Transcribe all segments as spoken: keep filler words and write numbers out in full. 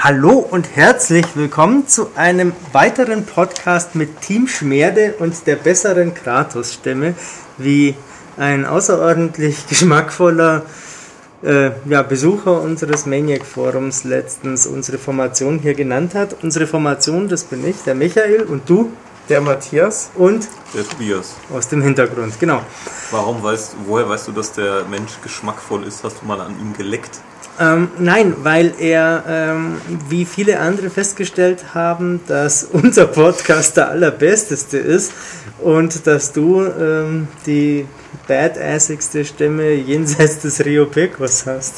Hallo und herzlich willkommen zu einem weiteren Podcast mit Team Schmerde und der besseren Kratos-Stimme, wie ein außerordentlich geschmackvoller äh, ja, Besucher unseres Maniac-Forums letztens unsere Formation hier genannt hat. Unsere Formation, das bin ich, der Michael, und du? Der Matthias. Und? Der Tobias. Aus dem Hintergrund, genau. Warum weißt, woher weißt du, dass der Mensch geschmackvoll ist? Hast du mal an ihm geleckt? Ähm, nein, weil er, ähm, wie viele andere festgestellt haben, dass unser Podcast der allerbesteste ist und dass du ähm, die badassigste Stimme jenseits des Rio Pecos hast.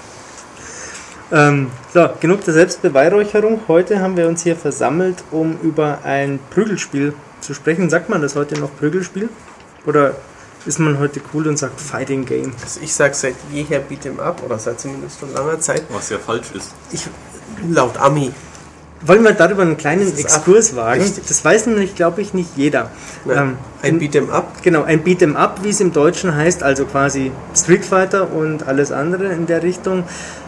Ähm, so, genug der Selbstbeweihräucherung. Heute haben wir uns hier versammelt, um über ein Prügelspiel zu sprechen. Sagt man das heute noch Prügelspiel? Oder ist man heute cool und sagt Fighting Game? Also ich sage seit jeher Beat'em Up oder seit zumindest schon langer Zeit. Was ja falsch ist. Ich, laut Ami. Wollen wir darüber einen kleinen Exkurs ab, wagen? richtig. Das weiß nämlich, glaube ich, nicht jeder. Ähm, ein Beat'em Up? Genau, ein Beat'em Up, wie es im Deutschen heißt, also quasi Street Fighter und alles andere in der Richtung,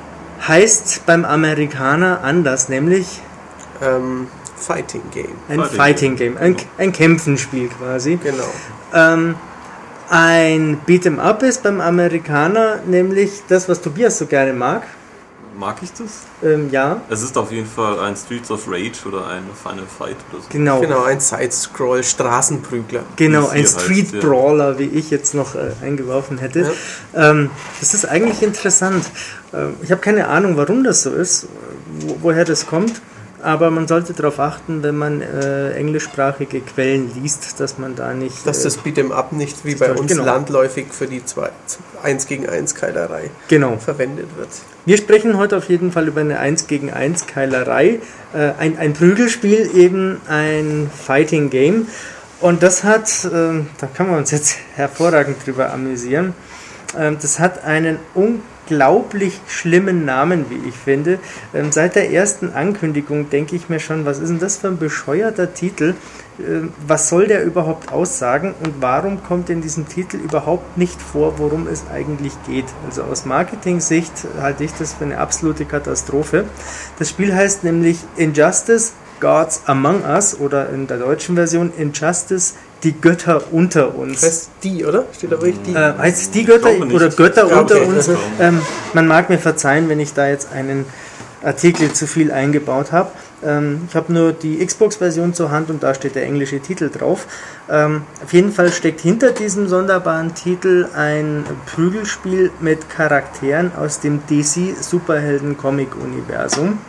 heißt beim Amerikaner anders, nämlich ähm, Fighting Game. ein Fighting, Fighting Game, Game. Ein, ein Kämpfenspiel quasi. Genau. Ähm, ein Beat'em Up ist beim Amerikaner nämlich das, was Tobias so gerne mag. Mag ich das? Ähm, ja. Es ist auf jeden Fall ein Streets of Rage oder ein Final Fight oder so. Genau. Genau, ein Side-Scroll, Straßenprügler. Genau, ein Wie es hier Street heißt, ja. Brawler, wie ich jetzt noch äh, eingeworfen hätte. Ja. Ähm, das ist eigentlich interessant. Ähm, ich habe keine Ahnung, warum das so ist, wo, woher das kommt. Aber man sollte darauf achten, wenn man äh, englischsprachige Quellen liest, dass man da nicht... Dass das Beat'em Up nicht wie bei uns genau. landläufig für die eins gegen eins Keilerei genau. verwendet wird. Wir sprechen heute auf jeden Fall über eine eins gegen eins Keilerei, äh, ein, ein Prügelspiel, eben ein Fighting Game. Und das hat, äh, da kann man uns jetzt hervorragend drüber amüsieren, äh, das hat einen unglaublich schlimmen Namen, wie ich finde. Ähm, seit der ersten Ankündigung denke ich mir schon, was ist denn das für ein bescheuerter Titel? Ähm, was soll der überhaupt aussagen und warum kommt in diesem Titel überhaupt nicht vor, worum es eigentlich geht? Also aus Marketing-Sicht halte ich das für eine absolute Katastrophe. Das Spiel heißt nämlich Injustice Gods Among Us oder in der deutschen Version Injustice die Götter unter uns. Das heißt die, oder? Steht da wirklich die? Äh, heißt es die Götter oder Götter ja, okay. unter uns? Ähm, man mag mir verzeihen, wenn ich da jetzt einen Artikel zu viel eingebaut habe. Ähm, ich habe nur die Xbox-Version zur Hand und da steht der englische Titel drauf. Ähm, auf jeden Fall steckt hinter diesem sonderbaren Titel ein Prügelspiel mit Charakteren aus dem D C-Superhelden-Comic-Universum.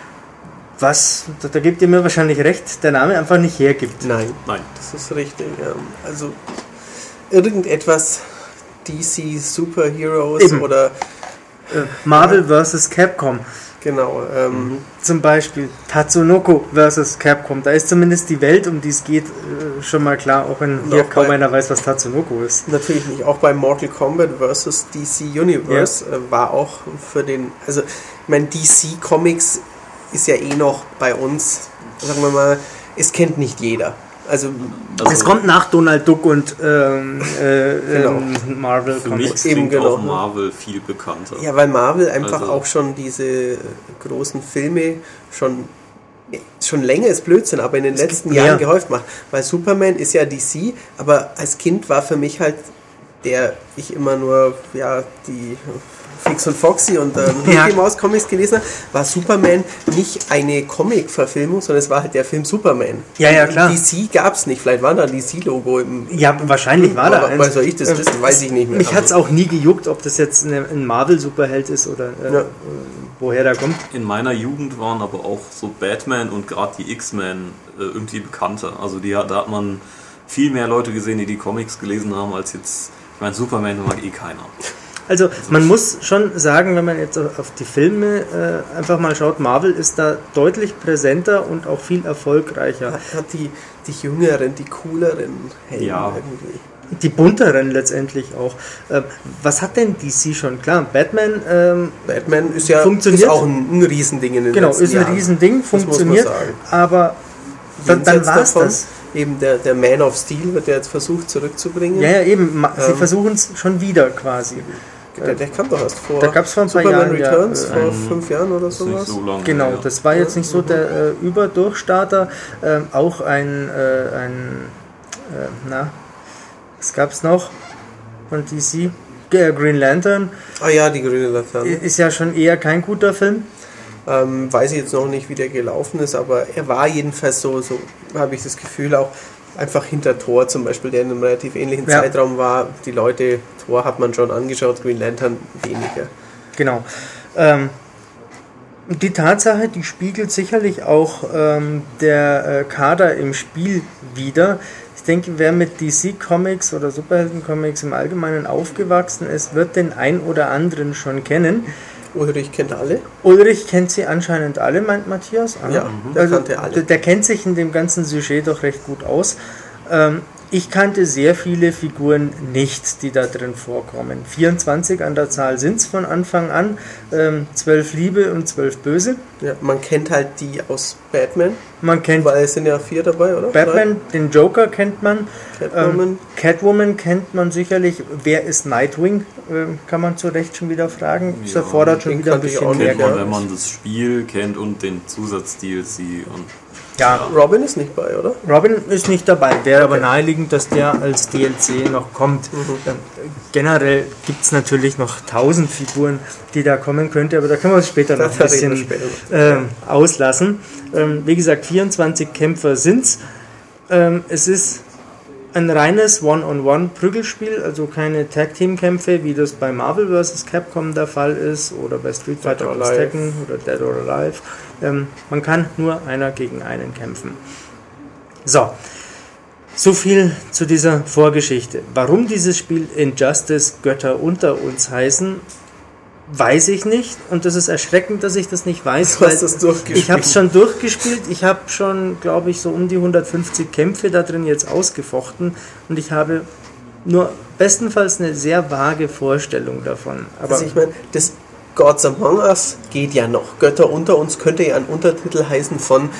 Was, da, da gebt ihr mir wahrscheinlich recht, der Name einfach nicht hergibt. Nein, Nein. das ist richtig. Ja. Also irgendetwas D C Superheroes Eben. oder Äh, Marvel versus. Capcom. genau. Ähm, Mhm. Zum Beispiel Tatsunoko versus. Capcom. Da ist zumindest die Welt, um die es geht, äh, schon mal klar, auch wenn hier auch kaum bei- einer weiß, was Tatsunoko ist. Natürlich nicht. Auch bei Mortal Kombat versus D C Universe äh, war auch für den, also ich meine, D C Comics ist ja eh noch bei uns, sagen wir mal, es kennt nicht jeder. Also, Also Es kommt nach Donald Duck und ähm, äh, Genau. ähm, Marvel für mich Comics. eben klingt genau. auch Marvel viel bekannter. ja, weil Marvel einfach Also- auch schon diese äh, großen Filme schon schon länger ist Blödsinn, aber in den letzten gibt Jahren mehr. gehäuft macht. Weil Superman ist ja D C, aber als Kind war für mich halt der ich immer nur ja die Fix und Foxy und äh, Ja. Mickey Mouse Comics gelesen habe, war Superman nicht eine Comic-Verfilmung, sondern es war halt der Film Superman. Ja, ja, klar. D C gab es nicht, vielleicht war da ein D C-Logo im... Ja, wahrscheinlich war da Aber eins. woher soll ich das Äh, wissen? Weiß ich nicht mehr. Mich hat es auch nie gejuckt, ob das jetzt eine, ein Marvel-Superheld ist oder äh, Ja. äh, woher der kommt. In meiner Jugend waren aber auch so Batman und gerade die X-Men äh, irgendwie bekannter. Also die, da hat man viel mehr Leute gesehen, die die Comics gelesen haben, als jetzt, ich meine, Superman mag eh keiner. Also man muss schon sagen, wenn man jetzt auf die Filme äh, einfach mal schaut, Marvel ist da deutlich präsenter und auch viel erfolgreicher. Hat, hat die, die jüngeren, die cooleren Helden Ja. irgendwie. Die bunteren letztendlich auch. Ähm, was hat denn D C schon? Klar, Batman ähm, Batman ist ja Funktioniert. ist auch ein, ein Riesending in den genau, letzten ist ein Jahren. Riesending, Das muss man funktioniert, sagen. aber dann, dann Jenseits war es davon, das. Eben der, der Man of Steel wird ja jetzt versucht zurückzubringen. Ja, ja, eben, ma- sie Ähm. versuchen es schon wieder quasi. Der, der kam doch erst vor. Da gab es vor ein paar Superman Jahren. Returns ja, vor ein, fünf Jahren oder ist nicht sowas. so lange Genau, her. das war jetzt nicht so der äh, Überdurchstarter. Ähm, auch ein, äh, ein äh, na, was gab es noch von D C? Äh, Green Lantern. Ah ja, die grüne Laterne. Ist ja schon eher kein guter Film. Ähm, weiß ich jetzt noch nicht, wie der gelaufen ist, aber er war jedenfalls so, so habe ich das Gefühl, auch einfach hinter Thor zum Beispiel, der in einem relativ ähnlichen Ja. Zeitraum war. Die Leute, Thor hat man schon angeschaut, Green Lantern weniger. Genau. Ähm, die Tatsache, die spiegelt sicherlich auch ähm, der äh, Kader im Spiel wider. Ich denke, wer mit D C Comics oder Superhelden-Comics im Allgemeinen aufgewachsen ist, wird den ein oder anderen schon kennen. Ulrich kennt alle. Ulrich kennt sie anscheinend alle, meint Matthias. Ah, Ja, der also, kannte alle. Der, der kennt sich in dem ganzen Sujet doch recht gut aus. Ähm, ich kannte sehr viele Figuren nicht, die da drin vorkommen. vierundzwanzig an der Zahl sind es von Anfang an. Ähm, zwölf Liebe und zwölf Böse. Ja, man kennt halt die aus Batman, Man kennt weil es sind ja vier dabei, oder? Batman, den Joker kennt man. Catwoman. Ähm, Catwoman kennt man sicherlich. Wer ist Nightwing? Ähm, kann man zu Recht schon wieder fragen. Das Ja, erfordert schon den wieder ein kannte ich bisschen auch mehr. Kennt man, Ja. wenn man das Spiel drei und den Zusatz-D L C und Ja, Robin ist nicht bei, oder? Robin ist nicht dabei, wäre aber Okay. naheliegend, dass der als D L C noch kommt. Mhm. Ähm, generell gibt es natürlich noch tausend Figuren, die da kommen könnte, aber da können wir uns später noch ein Da reden wir bisschen später noch. ähm, auslassen. Ähm, wie gesagt, vierundzwanzig Kämpfer sind es. Ähm, es ist ein reines One-on-One-Prügelspiel, also keine Tag-Team-Kämpfe, wie das bei Marvel versus. Capcom der Fall ist oder bei Street Fighter Dead or Cross Alive. Tekken oder Dead or Alive. Ähm, man kann nur einer gegen einen kämpfen. So, so viel zu dieser Vorgeschichte. Warum dieses Spiel Injustice Götter unter uns heißen, weiß ich nicht. Und das ist erschreckend, dass ich das nicht weiß. Du hast das durchgespielt. Ich habe es schon durchgespielt. Ich habe schon, glaube ich, so um die hundertfünfzig Kämpfe da drin jetzt ausgefochten. Und ich habe nur bestenfalls eine sehr vage Vorstellung davon. Aber Also ich meine, das Gods Among Us geht ja noch. Götter unter uns könnte ja ein Untertitel heißen von,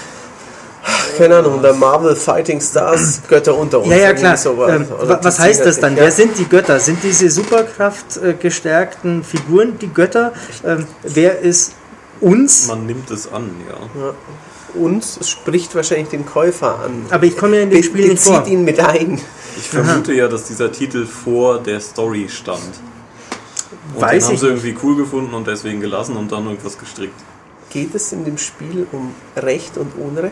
keine Ahnung, der Marvel Fighting Stars, Götter unter uns. ja, ja, Irgendwie klar. sowas. Ähm, Oder wa- was die heißt das dann? ja. Wer sind die Götter? Sind diese Superkraft äh, gestärkten Figuren die Götter? Ähm, wer ist uns? man nimmt es an, ja. Ja. Uns es spricht wahrscheinlich den Käufer an. Aber ich komme ja in dem Be- Spiel nicht bezieht vor. ihn mit ein. Ich vermute ja, dass dieser Titel vor der Story stand. Und Weiß den haben ich sie irgendwie cool gefunden und deswegen gelassen und dann irgendwas gestrickt. Geht es in dem Spiel um Recht und Unrecht?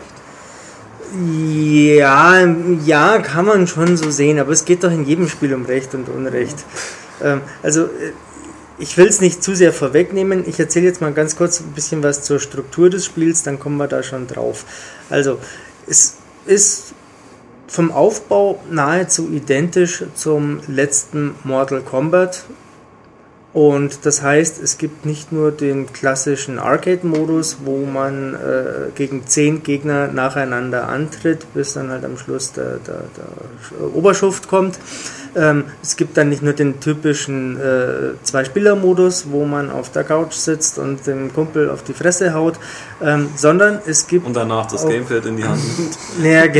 Ja, ja, kann man schon so sehen, aber es geht doch in jedem Spiel um Recht und Unrecht. Ähm, also, äh, ich will es nicht zu sehr vorwegnehmen. Ich erzähle jetzt mal ganz kurz ein bisschen was zur Struktur des Spiels, dann kommen wir da schon drauf. Also, es ist vom Aufbau nahezu identisch zum letzten Mortal Kombat. Und das heißt, es gibt nicht nur den klassischen Arcade-Modus, wo man äh, gegen zehn Gegner nacheinander antritt, bis dann halt am Schluss der, der, der Oberschuft kommt. Ähm, es gibt dann nicht nur den typischen äh, Zwei-Spieler-Modus, wo man auf der Couch sitzt und dem Kumpel auf die Fresse haut, ähm, sondern es gibt... Und danach das auch- Gamepad in die Hand nimmt. Ja, ge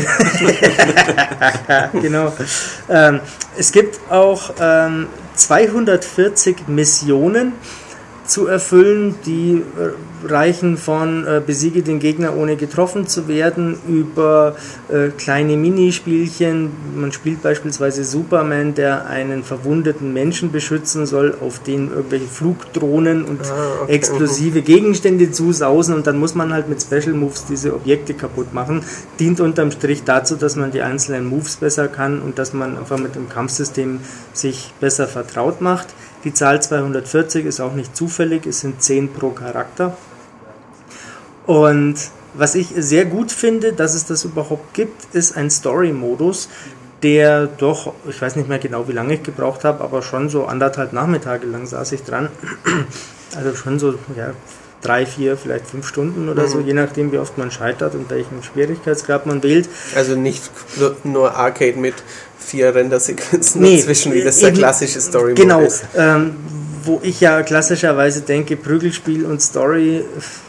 genau. Ähm, es gibt auch ähm, zweihundertvierzig Missionen zu erfüllen, die äh, reichen von äh, besiege den Gegner ohne getroffen zu werden über äh, kleine Minispielchen. Man spielt beispielsweise Superman, der einen verwundeten Menschen beschützen soll, auf den irgendwelche Flugdrohnen und Ah, okay. explosive Gegenstände zusausen und dann muss man halt mit Special Moves diese Objekte kaputt machen. Dient unterm Strich dazu, dass man die einzelnen Moves besser kann und dass man einfach mit dem Kampfsystem sich besser vertraut macht. Die Zahl zweihundertvierzig ist auch nicht zufällig, es sind zehn pro Charakter. Und was ich sehr gut finde, dass es das überhaupt gibt, ist ein Story-Modus, der doch, ich weiß nicht mehr genau, wie lange ich gebraucht habe, aber schon so anderthalb Nachmittage lang saß ich dran. Also schon so, ja, drei, vier, vielleicht fünf Stunden oder Mhm. so, je nachdem, wie oft man scheitert und welchen Schwierigkeitsgrad man wählt. Also nicht nur- nur Arcade mit vier Rendersequenzen Nee, dazwischen, wie das der eben- klassische Story Genau, ist. ähm, wo ich ja klassischerweise denke, Prügelspiel und Story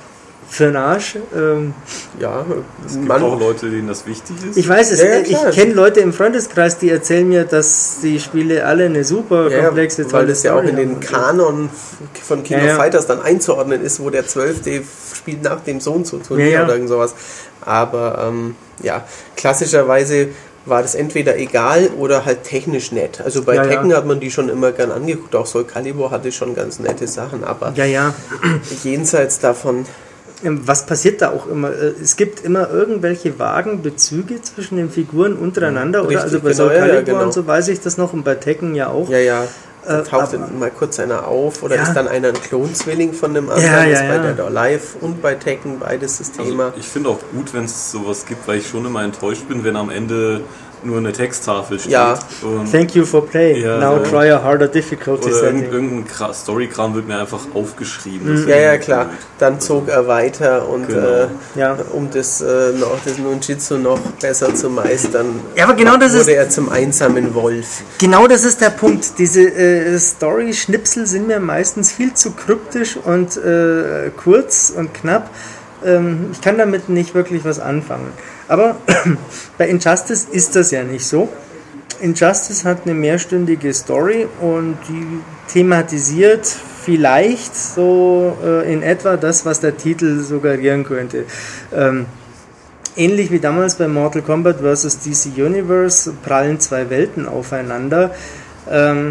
für den Arsch. Ähm, ja, es gibt man, auch Leute, denen das wichtig ist. Ich weiß es, Ja, ja, ich klar. kenne Leute im Freundeskreis, die erzählen mir, dass die Spiele alle eine super ja, komplexe, weil tolle das ja auch Story in den haben. Kanon von King Ja, of ja. Fighters dann einzuordnen ist, wo der zwölfte spielt nach dem Sohn zu Turnier Ja, ja. oder irgend sowas. Aber ähm, ja, klassischerweise war das entweder egal oder halt technisch nett. Also bei Ja, ja. Tekken hat man die schon immer gern angeguckt, auch Soul Calibur hatte schon ganz nette Sachen, aber Ja, ja. jenseits davon, Ähm, Was passiert da auch immer? Äh, Es gibt immer irgendwelche vagen Bezüge zwischen den Figuren untereinander, oder? Richtig, Also bei genau, Soul ja, ja, Calibur genau. und so weiß ich das noch und bei Tekken ja auch. ja, ja, da Äh, taucht aber- dann mal kurz einer auf oder Ja. ist dann einer ein Klonzwilling von dem anderen, Ja, ja, ist bei ja. Dead or Alive und bei Tekken beides das Thema. Also ich finde auch gut, wenn es sowas gibt, weil ich schon immer enttäuscht bin, wenn am Ende nur eine Texttafel steht. Ja. Und Thank you for playing. Ja, Now ja. try a harder difficulty oder irgend, setting. irgendein Kra- Story-Kram wird mir einfach aufgeschrieben. Das Ja, finde ja, ich klar. blöd. Dann zog er weiter und Genau. äh, Ja. um das, äh, noch, das Nunjitsu noch besser zu meistern, Ja, aber genau das wurde ist- er zum einsamen Wolf. Genau das ist der Punkt. Diese äh, Story-Schnipsel sind mir meistens viel zu kryptisch und äh, kurz und knapp. Ähm, ich kann damit nicht wirklich was anfangen. Aber bei Injustice ist das ja nicht so. Injustice hat eine mehrstündige Story und die thematisiert vielleicht so äh, in etwa das, was der Titel suggerieren könnte. Ähm, Ähnlich wie damals bei Mortal Kombat versus. D C Universe prallen zwei Welten aufeinander. Ähm,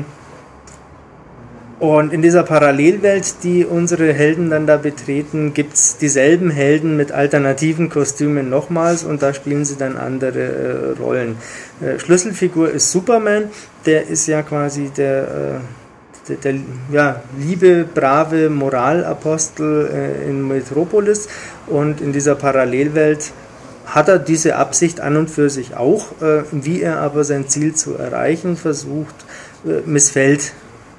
und in dieser Parallelwelt, die unsere Helden dann da betreten, gibt es dieselben Helden mit alternativen Kostümen nochmals und da spielen sie dann andere äh, Rollen. Äh, Schlüsselfigur ist Superman, der ist ja quasi der, äh, der, der ja, liebe, brave Moralapostel äh, in Metropolis und in dieser Parallelwelt hat er diese Absicht an und für sich auch, äh, wie er aber sein Ziel zu erreichen versucht, äh, missfällt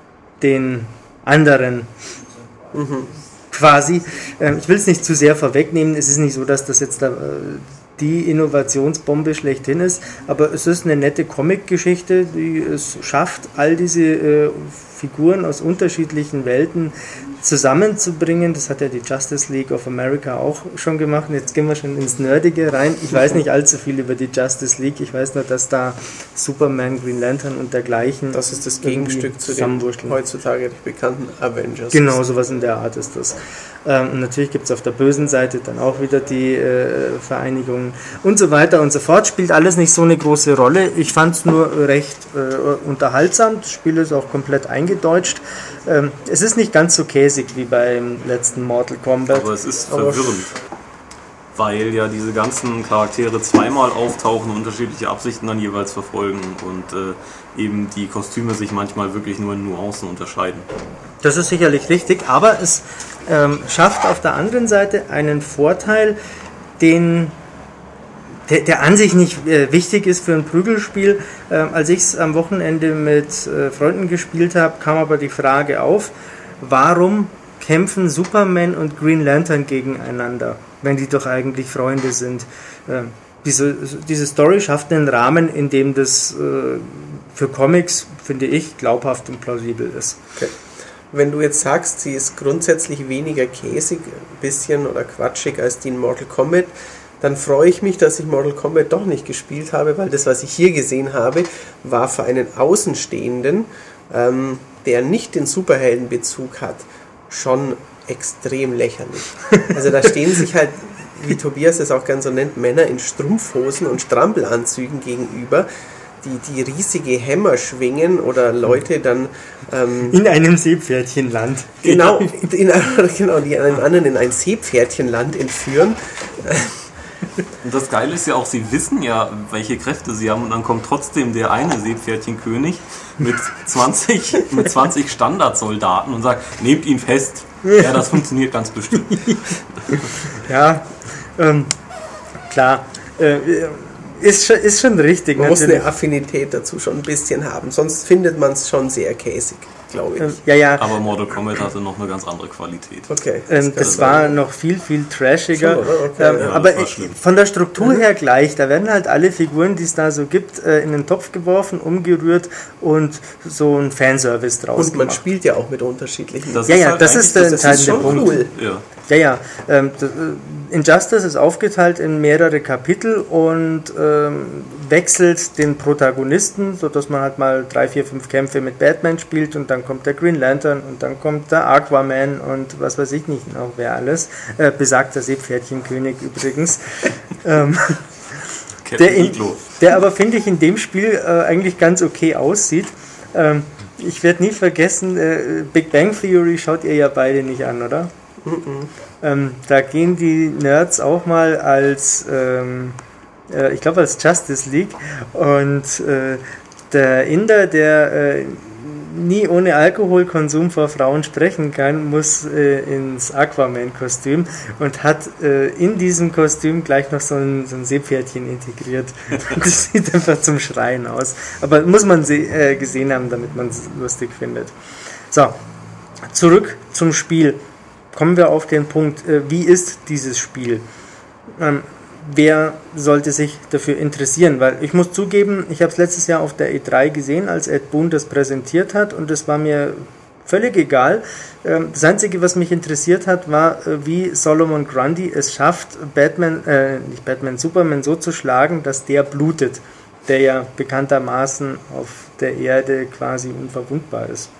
den anderen Mhm. quasi. Ähm, ich will es nicht zu sehr vorwegnehmen, es ist nicht so, dass das jetzt da, äh, die Innovationsbombe schlechthin ist, aber es ist eine nette Comic-Geschichte, die es schafft, all diese äh, Figuren aus unterschiedlichen Welten zusammenzubringen. Das hat ja die Justice League of America auch schon gemacht. Und jetzt gehen wir schon ins Nerdige rein. Ich weiß nicht allzu viel über die Justice League. Ich weiß nur, dass da Superman, Green Lantern und dergleichen Das ist das irgendwie Gegenstück zu den zusammenwurschteln. heutzutage nicht bekannten Avengers. Genau, sowas in der Art ist das. Ähm, und natürlich gibt es auf der bösen Seite dann auch wieder die äh, Vereinigungen und so weiter und so fort. Spielt alles nicht so eine große Rolle. Ich fand es nur recht äh, unterhaltsam. Das Spiel ist auch komplett eingedeutscht. Ähm, es ist nicht ganz so käsig wie beim letzten Mortal Kombat. Aber es ist Aber verwirrend, weil ja diese ganzen Charaktere zweimal auftauchen, unterschiedliche Absichten dann jeweils verfolgen und äh, eben die Kostüme sich manchmal wirklich nur in Nuancen unterscheiden. Das ist sicherlich richtig, aber es ähm, schafft auf der anderen Seite einen Vorteil, den, der, der an sich nicht äh, wichtig ist für ein Prügelspiel. Ähm, als ich es am Wochenende mit äh, Freunden gespielt habe, kam aber die Frage auf, warum kämpfen Superman und Green Lantern gegeneinander, wenn die doch eigentlich Freunde sind. Ähm, diese, diese Story schafft einen Rahmen, in dem das äh, für Comics, finde ich, glaubhaft und plausibel ist. Okay. Wenn du jetzt sagst, sie ist grundsätzlich weniger käsig, ein bisschen oder quatschig als die in Mortal Kombat, dann freue ich mich, dass ich Mortal Kombat doch nicht gespielt habe, weil das, was ich hier gesehen habe, war für einen Außenstehenden, ähm, der nicht den Superheldenbezug hat, schon extrem lächerlich. Also da stehen sich halt, wie Tobias es auch ganz so nennt, Männer in Strumpfhosen und Strampelanzügen gegenüber, die, die riesige Hämmer schwingen oder Leute dann ähm, In einem Seepferdchenland. genau, in, genau, die einen anderen in ein Seepferdchenland entführen. Und das Geile ist ja auch, sie wissen ja, welche Kräfte sie haben und dann kommt trotzdem der eine Seepferdchenkönig mit zwanzig, mit zwanzig Standardsoldaten und sagt, nehmt ihn fest. Ja, das funktioniert ganz bestimmt. Ja, ähm, klar. Äh, ist, schon, ist schon richtig. Man muss natürlich. eine Affinität dazu schon ein bisschen haben, sonst findet man es schon sehr käsig. glaube ich. Ähm, ja, ja. Aber Mortal Kombat hatte noch eine ganz andere Qualität. Okay. Ähm, das kann war sein. noch viel, viel trashiger. Schon, oder? Okay, ähm, ja, aber das war ich- schlimm. von der Struktur her gleich. Da werden halt alle Figuren, die es da so gibt, äh, in den Topf geworfen, umgerührt und so ein Fanservice draus Und man gemacht. spielt ja auch mit unterschiedlichen. Das Ja, ist ja, halt das eigentlich ist der das- das ist entscheidende schon Punkt. cool. Ja. Ja, ja. Ähm, das, äh, Injustice ist aufgeteilt in mehrere Kapitel und ähm, wechselt den Protagonisten, sodass man halt mal drei, vier, fünf Kämpfe mit Batman spielt und dann kommt der Green Lantern und dann kommt der Aquaman und was weiß ich nicht noch, wer alles. Äh, besagter Seepferdchenkönig übrigens. ähm, Captain der, in, Iglo. der aber, finde ich, in dem Spiel äh, eigentlich ganz okay aussieht. Ähm, ich werde nie vergessen, äh, Big Bang Theory schaut ihr ja beide nicht an, oder? Ähm, da gehen die Nerds auch mal als, ähm, äh, ich glaube als Justice League und äh, der Inder, der äh, nie ohne Alkoholkonsum vor Frauen sprechen kann, muss äh, ins Aquaman-Kostüm und hat äh, in diesem Kostüm gleich noch so ein, so ein Seepferdchen integriert. Das sieht einfach zum Schreien aus. Aber muss man se- äh, gesehen haben, damit man es lustig findet. So, zurück zum Spiel. Kommen wir auf den Punkt, äh, wie ist dieses Spiel? Ähm, wer sollte sich dafür interessieren? Weil ich muss zugeben, ich habe es letztes Jahr auf der E drei gesehen, als Ed Boon das präsentiert hat und es war mir völlig egal. Ähm, das Einzige, was mich interessiert hat, war, äh, wie Solomon Grundy es schafft, Batman, äh, nicht Batman, Superman so zu schlagen, dass der blutet, der ja bekanntermaßen auf der Erde quasi unverwundbar ist.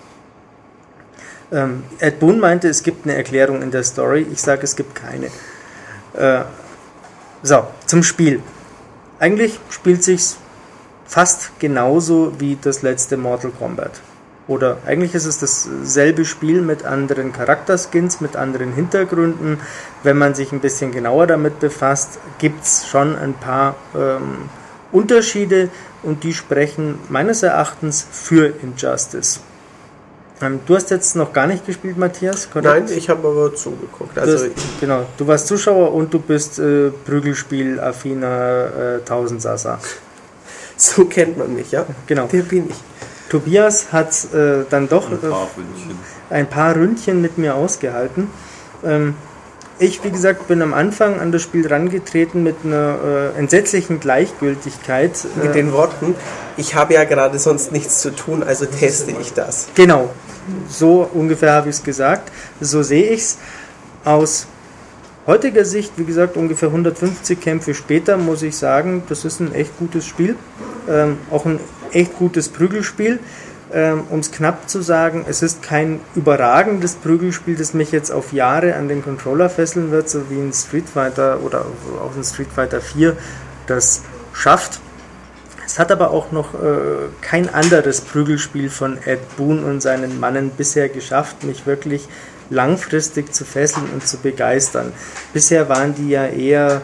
Ähm, Ed Boon meinte, es gibt eine Erklärung in der Story. Ich sage, es gibt keine. Äh, so, zum Spiel. Eigentlich spielt sich's fast genauso wie das letzte Mortal Kombat. Oder eigentlich ist es dasselbe Spiel mit anderen Charakterskins, mit anderen Hintergründen. Wenn man sich ein bisschen genauer damit befasst, gibt's schon ein paar ähm, Unterschiede und die sprechen meines Erachtens für Injustice. Ähm, du hast jetzt noch gar nicht gespielt, Matthias, korrekt? Nein, ich habe aber zugeguckt. Du Also hast, genau, du warst Zuschauer und du bist äh, Prügelspiel-affiner äh, Tausendsasser. so kennt man mich, ja? Genau. Der bin ich. Tobias hat äh, dann doch Ein äh, paar Wündchen. ein paar Ründchen mit mir ausgehalten. Ähm, ich, wie gesagt, bin am Anfang an das Spiel rangetreten mit einer äh, entsetzlichen Gleichgültigkeit. Mit Äh, den Worten, ich habe ja gerade sonst nichts zu tun, also teste ich das. Genau, so ungefähr habe ich es gesagt. So sehe ich es. Aus heutiger Sicht, wie gesagt, ungefähr hundertfünfzig Kämpfe später, muss ich sagen, das ist ein echt gutes Spiel. Ähm, auch ein echt gutes Prügelspiel. Ähm, um es knapp zu sagen, es ist kein überragendes Prügelspiel, das mich jetzt auf Jahre an den Controller fesseln wird, so wie ein Street Fighter oder auch ein Street Fighter vier das schafft. Es hat aber auch noch äh, kein anderes Prügelspiel von Ed Boon und seinen Mannen bisher geschafft, mich wirklich langfristig zu fesseln und zu begeistern. Bisher waren die ja eher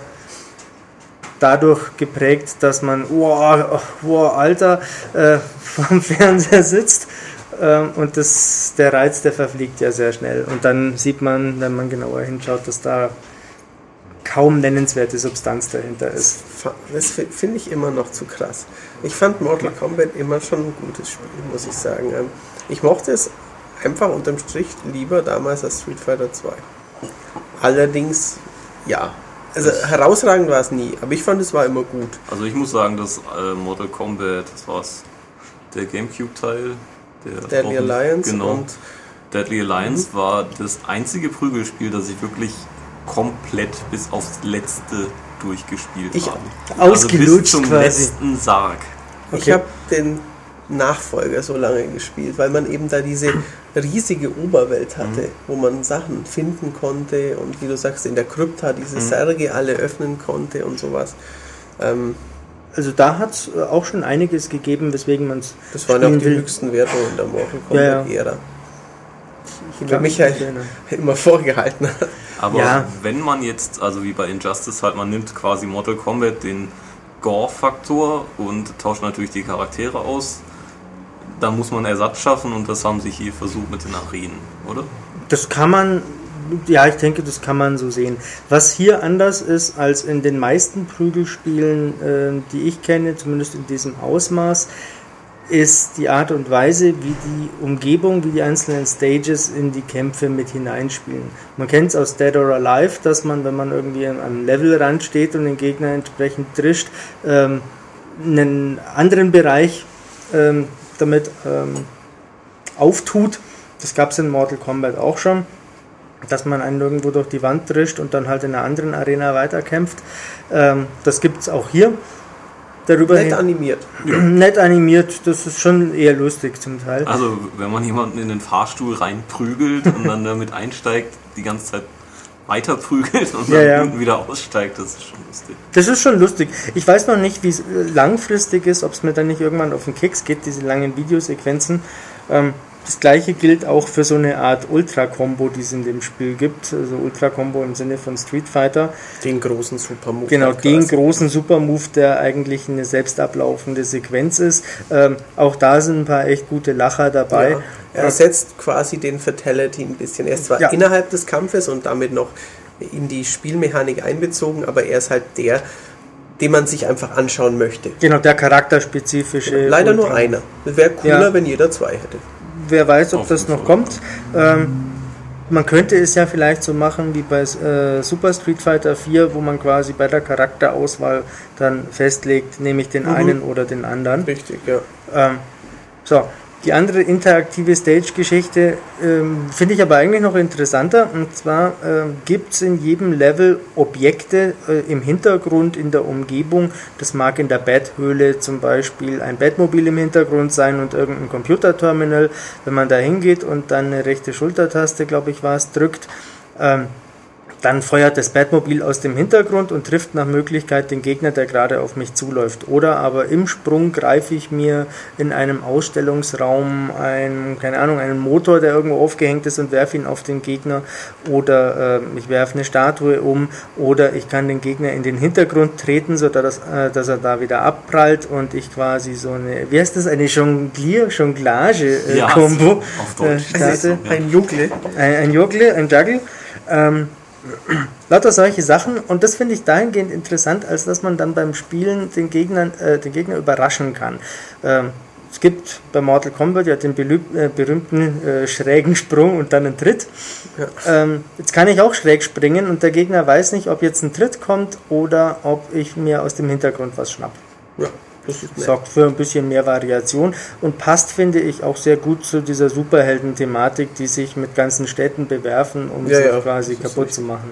dadurch geprägt, dass man, wow, wow Alter, äh, vorm Fernseher sitzt äh, und das, der Reiz, der verfliegt ja sehr schnell. Und dann sieht man, wenn man genauer hinschaut, dass da kaum nennenswerte Substanz dahinter ist. Das finde ich immer noch zu krass. Ich fand Mortal Kombat immer schon ein gutes Spiel, muss ich sagen. Ich mochte es einfach unterm Strich lieber damals als Street Fighter zwei. Allerdings, ja. Also herausragend war es nie, aber ich fand, es war immer gut. Also ich muss sagen, dass äh, Mortal Kombat, das war's, der Gamecube-Teil, der Deadly Alliance genau, und Deadly Alliance mhm. war das einzige Prügelspiel, das ich wirklich komplett bis aufs Letzte durchgespielt ich, habe. Also bis zum quasi. letzten Sarg. Ich Okay. habe den Nachfolger so lange gespielt, weil man eben da diese riesige Oberwelt hatte, mhm. wo man Sachen finden konnte und wie du sagst, in der Krypta diese mhm. Särge alle öffnen konnte und sowas. Ähm, Also da hat es auch schon einiges gegeben, weswegen man es das waren ja auch die will. höchsten Wertungen in der Mortal Kombat-Ära. Ja, ja. Die mir Michael immer vorgehalten hat. Aber ja. wenn man jetzt, also wie bei Injustice halt, man nimmt quasi Mortal Kombat den Gore-Faktor und tauscht natürlich die Charaktere aus, da muss man Ersatz schaffen und das haben sie hier versucht mit den Arenen, oder? Das kann man, ja, ich denke, das kann man so sehen. Was hier anders ist als in den meisten Prügelspielen, äh, die ich kenne, zumindest in diesem Ausmaß, ist die Art und Weise, wie die Umgebung, wie die einzelnen Stages in die Kämpfe mit hineinspielen. Man kennt es aus Dead or Alive, dass man, wenn man irgendwie am Levelrand steht und den Gegner entsprechend trischt, ähm, einen anderen Bereich ähm, damit ähm, auftut. Das gab es in Mortal Kombat auch schon, dass man einen irgendwo durch die Wand trischt und dann halt in einer anderen Arena weiterkämpft. Ähm, das gibt es auch hier. Darüber Nett hin, animiert. Nett animiert, das ist schon eher lustig zum Teil. Also, wenn man jemanden in den Fahrstuhl reinprügelt und dann damit einsteigt, die ganze Zeit weiter prügelt und ja, dann ja. unten wieder aussteigt, das ist schon lustig. Das ist schon lustig. Ich weiß noch nicht, wie es langfristig ist, ob es mir dann nicht irgendwann auf den Keks geht, diese langen Videosequenzen. Ähm, Das gleiche gilt auch für so eine Art Ultra-Combo, die es in dem Spiel gibt. Also Ultra-Combo im Sinne von Street Fighter. Den großen Super-Move. Genau, den großen Super-Move, der eigentlich eine selbst ablaufende Sequenz ist. Ähm, auch da sind ein paar echt gute Lacher dabei. Ja, er ersetzt quasi den Fatality ein bisschen. Er ist zwar ja. innerhalb des Kampfes und damit noch in die Spielmechanik einbezogen, aber er ist halt der, den man sich einfach anschauen möchte. Genau, der charakterspezifische. Ja, leider Ultra. nur einer. Es wäre cooler, ja. wenn jeder zwei hätte. Wer weiß, ob das noch kommt. Ähm, man könnte es ja vielleicht so machen wie bei äh, Super Street Fighter vier, wo man quasi bei der Charakterauswahl dann festlegt, nehme ich den mhm. einen oder den anderen. Richtig, ja. Ähm, so, die andere interaktive Stage-Geschichte ähm, finde ich aber eigentlich noch interessanter. Und zwar ähm, gibt es in jedem Level Objekte äh, im Hintergrund, in der Umgebung. Das mag in der Bat-Höhle zum Beispiel ein Batmobil im Hintergrund sein und irgendein Computerterminal. Wenn man da hingeht und dann eine rechte Schultertaste, glaube ich, war es, drückt, ähm, dann feuert das Batmobil aus dem Hintergrund und trifft nach Möglichkeit den Gegner, der gerade auf mich zuläuft. Oder aber im Sprung greife ich mir in einem Ausstellungsraum einen, keine Ahnung, einen Motor, der irgendwo aufgehängt ist und werfe ihn auf den Gegner. Oder äh, ich werfe eine Statue um. Oder ich kann den Gegner in den Hintergrund treten, sodass äh, dass er da wieder abprallt und ich quasi so eine, wie heißt das, eine Jonglier, Jonglage-Kombo äh, auf Deutsch. Äh, starte. Also ein Jugle. Ein, ein Jugle, ein Juggle. Ähm, lauter solche Sachen, und das finde ich dahingehend interessant, als dass man dann beim Spielen den, Gegnern, äh, den Gegner überraschen kann. Ähm, es gibt bei Mortal Kombat ja den belüb- äh, berühmten äh, schrägen Sprung und dann einen Tritt. Ja. Ähm, jetzt kann ich auch schräg springen und der Gegner weiß nicht, ob jetzt ein Tritt kommt oder ob ich mir aus dem Hintergrund was schnapp. Ja. Das sorgt für ein bisschen mehr Variation und passt, finde ich, auch sehr gut zu dieser Superhelden-Thematik, die sich mit ganzen Städten bewerfen, um ja, sie ja, quasi kaputt zu machen.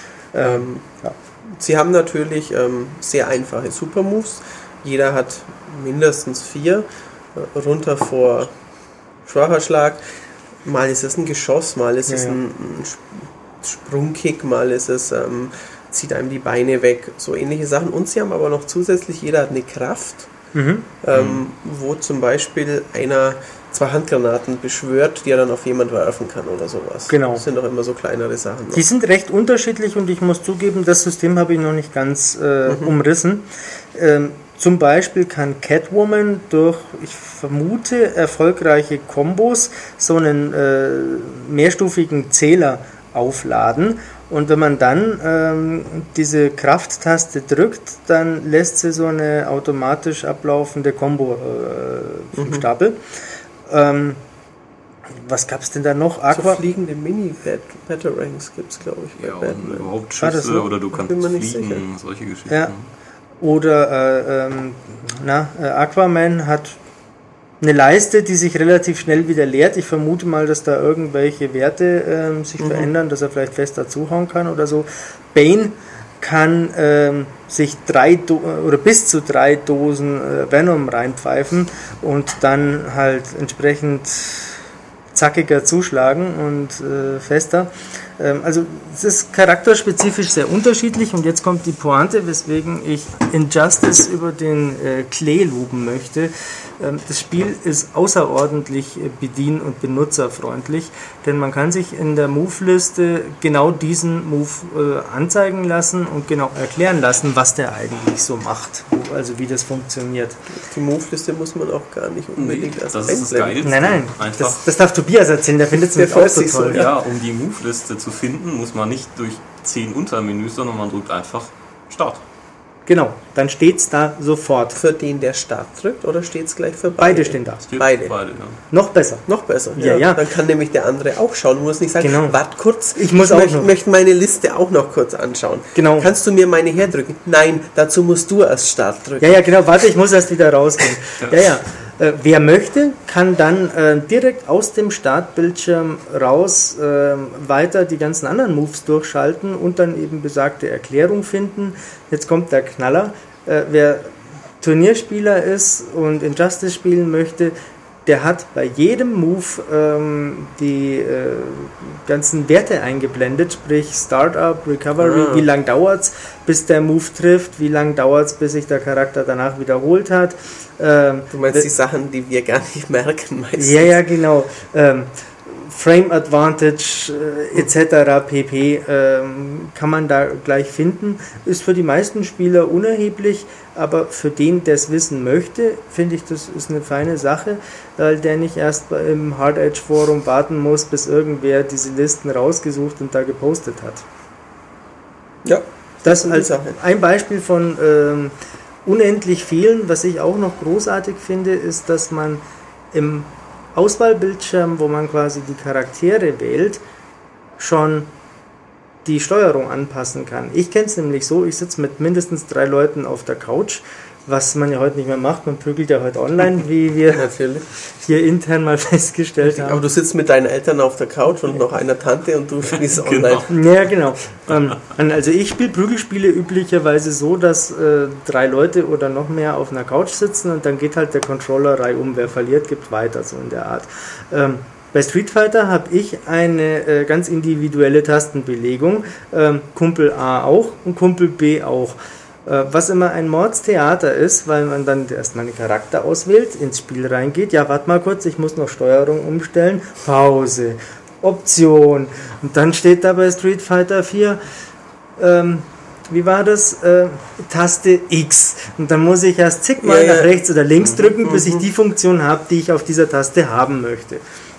Ähm, ja. Sie haben natürlich ähm, sehr einfache Supermoves. Jeder hat mindestens vier. Äh, runter vor schwacher Schlag. Mal ist es ein Geschoss, mal ist ja, es ein, ein Sprungkick, mal ist es... Ähm, zieht einem die Beine weg, so ähnliche Sachen. Und sie haben aber noch zusätzlich, jeder hat eine Kraft, mhm. ähm, wo zum Beispiel einer zwei Handgranaten beschwört, die er dann auf jemand werfen kann oder sowas. Genau. Das sind doch immer so kleinere Sachen. Noch. Die sind recht unterschiedlich und ich muss zugeben, das System habe ich noch nicht ganz äh, mhm. umrissen. Ähm, zum Beispiel kann Catwoman durch, ich vermute, erfolgreiche Kombos so einen äh, mehrstufigen Zähler aufladen. Und wenn man dann ähm, diese Krafttaste drückt, dann lässt sie so eine automatisch ablaufende Combo äh, vom mhm. Stapel. Ähm, was gab es denn da noch? Aqua? So fliegende Mini-Batarangs gibt es, glaube ich. Ja, oder überhaupt Schüsse so? Oder du kannst fliegen, sicher. Solche Geschichten. Ja. Oder äh, ähm, na, äh, Aquaman hat eine Leiste, die sich relativ schnell wieder leert. Ich vermute mal, dass da irgendwelche Werte ähm, sich mhm. verändern, dass er vielleicht fest dazuhauen kann oder so. Bane kann ähm, sich drei Do- oder bis zu drei Dosen äh, Venom reinpfeifen und dann halt entsprechend zackiger zuschlagen und äh, fester. Ähm, also es ist charakterspezifisch sehr unterschiedlich und jetzt kommt die Pointe, weswegen ich Injustice über den äh, Klee loben möchte. Ähm, das Spiel ist außerordentlich äh, bedien- und benutzerfreundlich, denn man kann sich in der Move-Liste genau diesen Move äh, anzeigen lassen und genau erklären lassen, was der eigentlich so macht, also wie das funktioniert. Die Move-Liste muss man auch gar nicht unbedingt nee, erst das ist das Geilste. Nein, nein, Einfach das, das darf Tobias erzählen, der findet es nämlich auch so toll. Ja, um die Move-Liste zu finden, muss man nicht durch zehn Untermenüs, sondern man drückt einfach Start. Genau, dann steht es da sofort. Für den, der Start drückt, oder steht es gleich für beide? Beide stehen da. Steht Beide. beide ja. Noch besser. Noch besser. Ja, ja. Dann kann nämlich der andere auch schauen. Muss nicht sagen, Genau. warte kurz, Ich muss ich auch möchte, noch. möchte meine Liste auch noch kurz anschauen. Genau. Kannst du mir meine herdrücken? Nein, dazu musst du erst Start drücken. Ja, ja, genau, warte, ich muss erst wieder rausgehen. Ja, ja. Äh, wer möchte, kann dann äh, direkt aus dem Startbildschirm raus äh, weiter die ganzen anderen Moves durchschalten und dann eben besagte Erklärung finden. Jetzt kommt der Knaller. Äh, wer Turnierspieler ist und Injustice spielen möchte, der hat bei jedem Move ähm, die äh, ganzen Werte eingeblendet, sprich Startup, Recovery, Ah. wie lang dauert es, bis der Move trifft, wie lang dauert es, bis sich der Charakter danach wiederholt hat. Ähm, Du meinst die Sachen, die wir gar nicht merken meistens. ja, ja, genau. Ähm, Frame Advantage äh, et cetera pp. Ähm, kann man da gleich finden. Ist für die meisten Spieler unerheblich, aber für den, der es wissen möchte, finde ich, das ist eine feine Sache, weil der nicht erst im Hard Edge Forum warten muss, bis irgendwer diese Listen rausgesucht und da gepostet hat. Ja, Das gute als Sache. ein Beispiel von ähm, unendlich vielen. Was ich auch noch großartig finde, ist, dass man im Auswahlbildschirm, wo man quasi die Charaktere wählt, schon die Steuerung anpassen kann. Ich kenne es nämlich so, ich sitze mit mindestens drei Leuten auf der Couch, was man ja heute nicht mehr macht, man prügelt ja heute online, wie wir Natürlich. hier intern mal festgestellt haben. Aber du sitzt mit deinen Eltern auf der Couch und noch einer Tante und du spielst Genau. online. Ja, genau. Ähm, also ich spiele Prügelspiele üblicherweise so, dass äh, drei Leute oder noch mehr auf einer Couch sitzen und dann geht halt der Controller reihum. Wer verliert, gibt weiter, so in der Art. Ähm, bei Street Fighter habe ich eine äh, ganz individuelle Tastenbelegung. Ähm, Kumpel A auch und Kumpel B auch. Äh, was immer ein Mordstheater ist, weil man dann erstmal einen Charakter auswählt, ins Spiel reingeht. Ja, warte mal kurz, ich muss noch Steuerung umstellen. Pause. Option. Und dann steht da bei Street Fighter vier, ähm, wie war das? Äh, Taste X. Und dann muss ich erst zigmal Ja, ja. nach rechts oder links drücken, bis ich die Funktion habe, die ich auf dieser Taste haben möchte.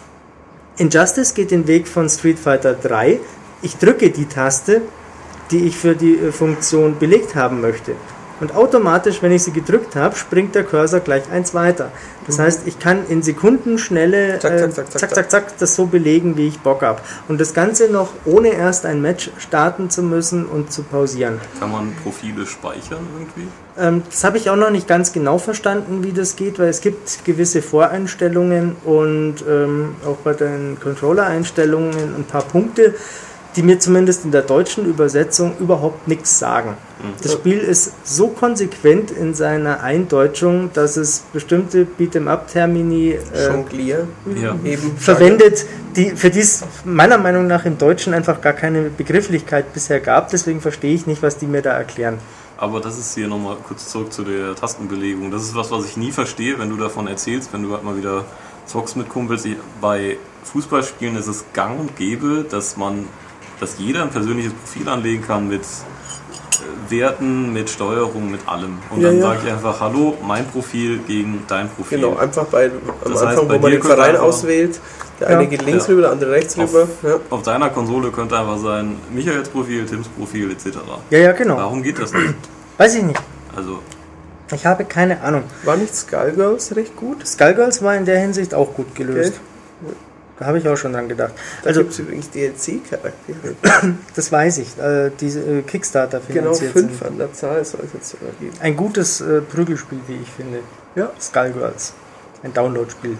Injustice geht den Weg von Street Fighter drei. Ich drücke die Taste, die ich für die äh, Funktion belegt haben möchte. Und automatisch, wenn ich sie gedrückt habe, springt der Cursor gleich eins weiter. Das heißt, ich kann in Sekundenschnelle Zack, äh, zack, zack, zack, zack, zack, zack, das so belegen, wie ich Bock habe. Und das Ganze noch ohne erst ein Match starten zu müssen und zu pausieren. Kann man Profile speichern irgendwie? Ähm, das habe ich auch noch nicht ganz genau verstanden, wie das geht, weil es gibt gewisse Voreinstellungen und ähm, auch bei den Controller-Einstellungen ein paar Punkte, die mir zumindest in der deutschen Übersetzung überhaupt nichts sagen. Das Spiel ist so konsequent in seiner Eindeutschung, dass es bestimmte Beat'em-up-Termini äh, Jonglier. Ja. Eben verwendet, die, für die es meiner Meinung nach im Deutschen einfach gar keine Begrifflichkeit bisher gab. Deswegen verstehe ich nicht, was die mir da erklären. Aber das ist hier nochmal kurz zurück zu der Tastenbelegung. Das ist was, was ich nie verstehe, wenn du davon erzählst, wenn du halt mal wieder zockst mit Kumpels. Ich, bei Fußballspielen ist es gang und gäbe, dass man, dass jeder ein persönliches Profil anlegen kann mit äh, Werten, mit Steuerung, mit allem. Und Ja, dann ja. sage ich einfach, hallo, mein Profil gegen dein Profil. Genau, einfach bei, am Das heißt, Anfang, bei wo man dir den könnte Verein einfach- auswählt. Der Ja. eine geht links Ja. rüber, der andere rechts Auf- rüber. Ja. Auf deiner Konsole könnte einfach sein Michaels Profil, Tims Profil et cetera. Ja, ja, genau. Warum geht das nicht? Weiß ich nicht. Also, Ich habe keine Ahnung. War nicht Skullgirls recht gut? Skullgirls war in der Hinsicht auch gut gelöst. Okay. Da habe ich auch schon dran gedacht. Da Also, gibt es übrigens D L C-Charaktere. das weiß ich. Äh, diese äh, Kickstarter Genau, finanziert fünf sind. an der Zahl soll es jetzt sogar geben. Ein gutes äh, Prügelspiel, wie ich finde. Ja. Skullgirls. Ein Download-Spiel.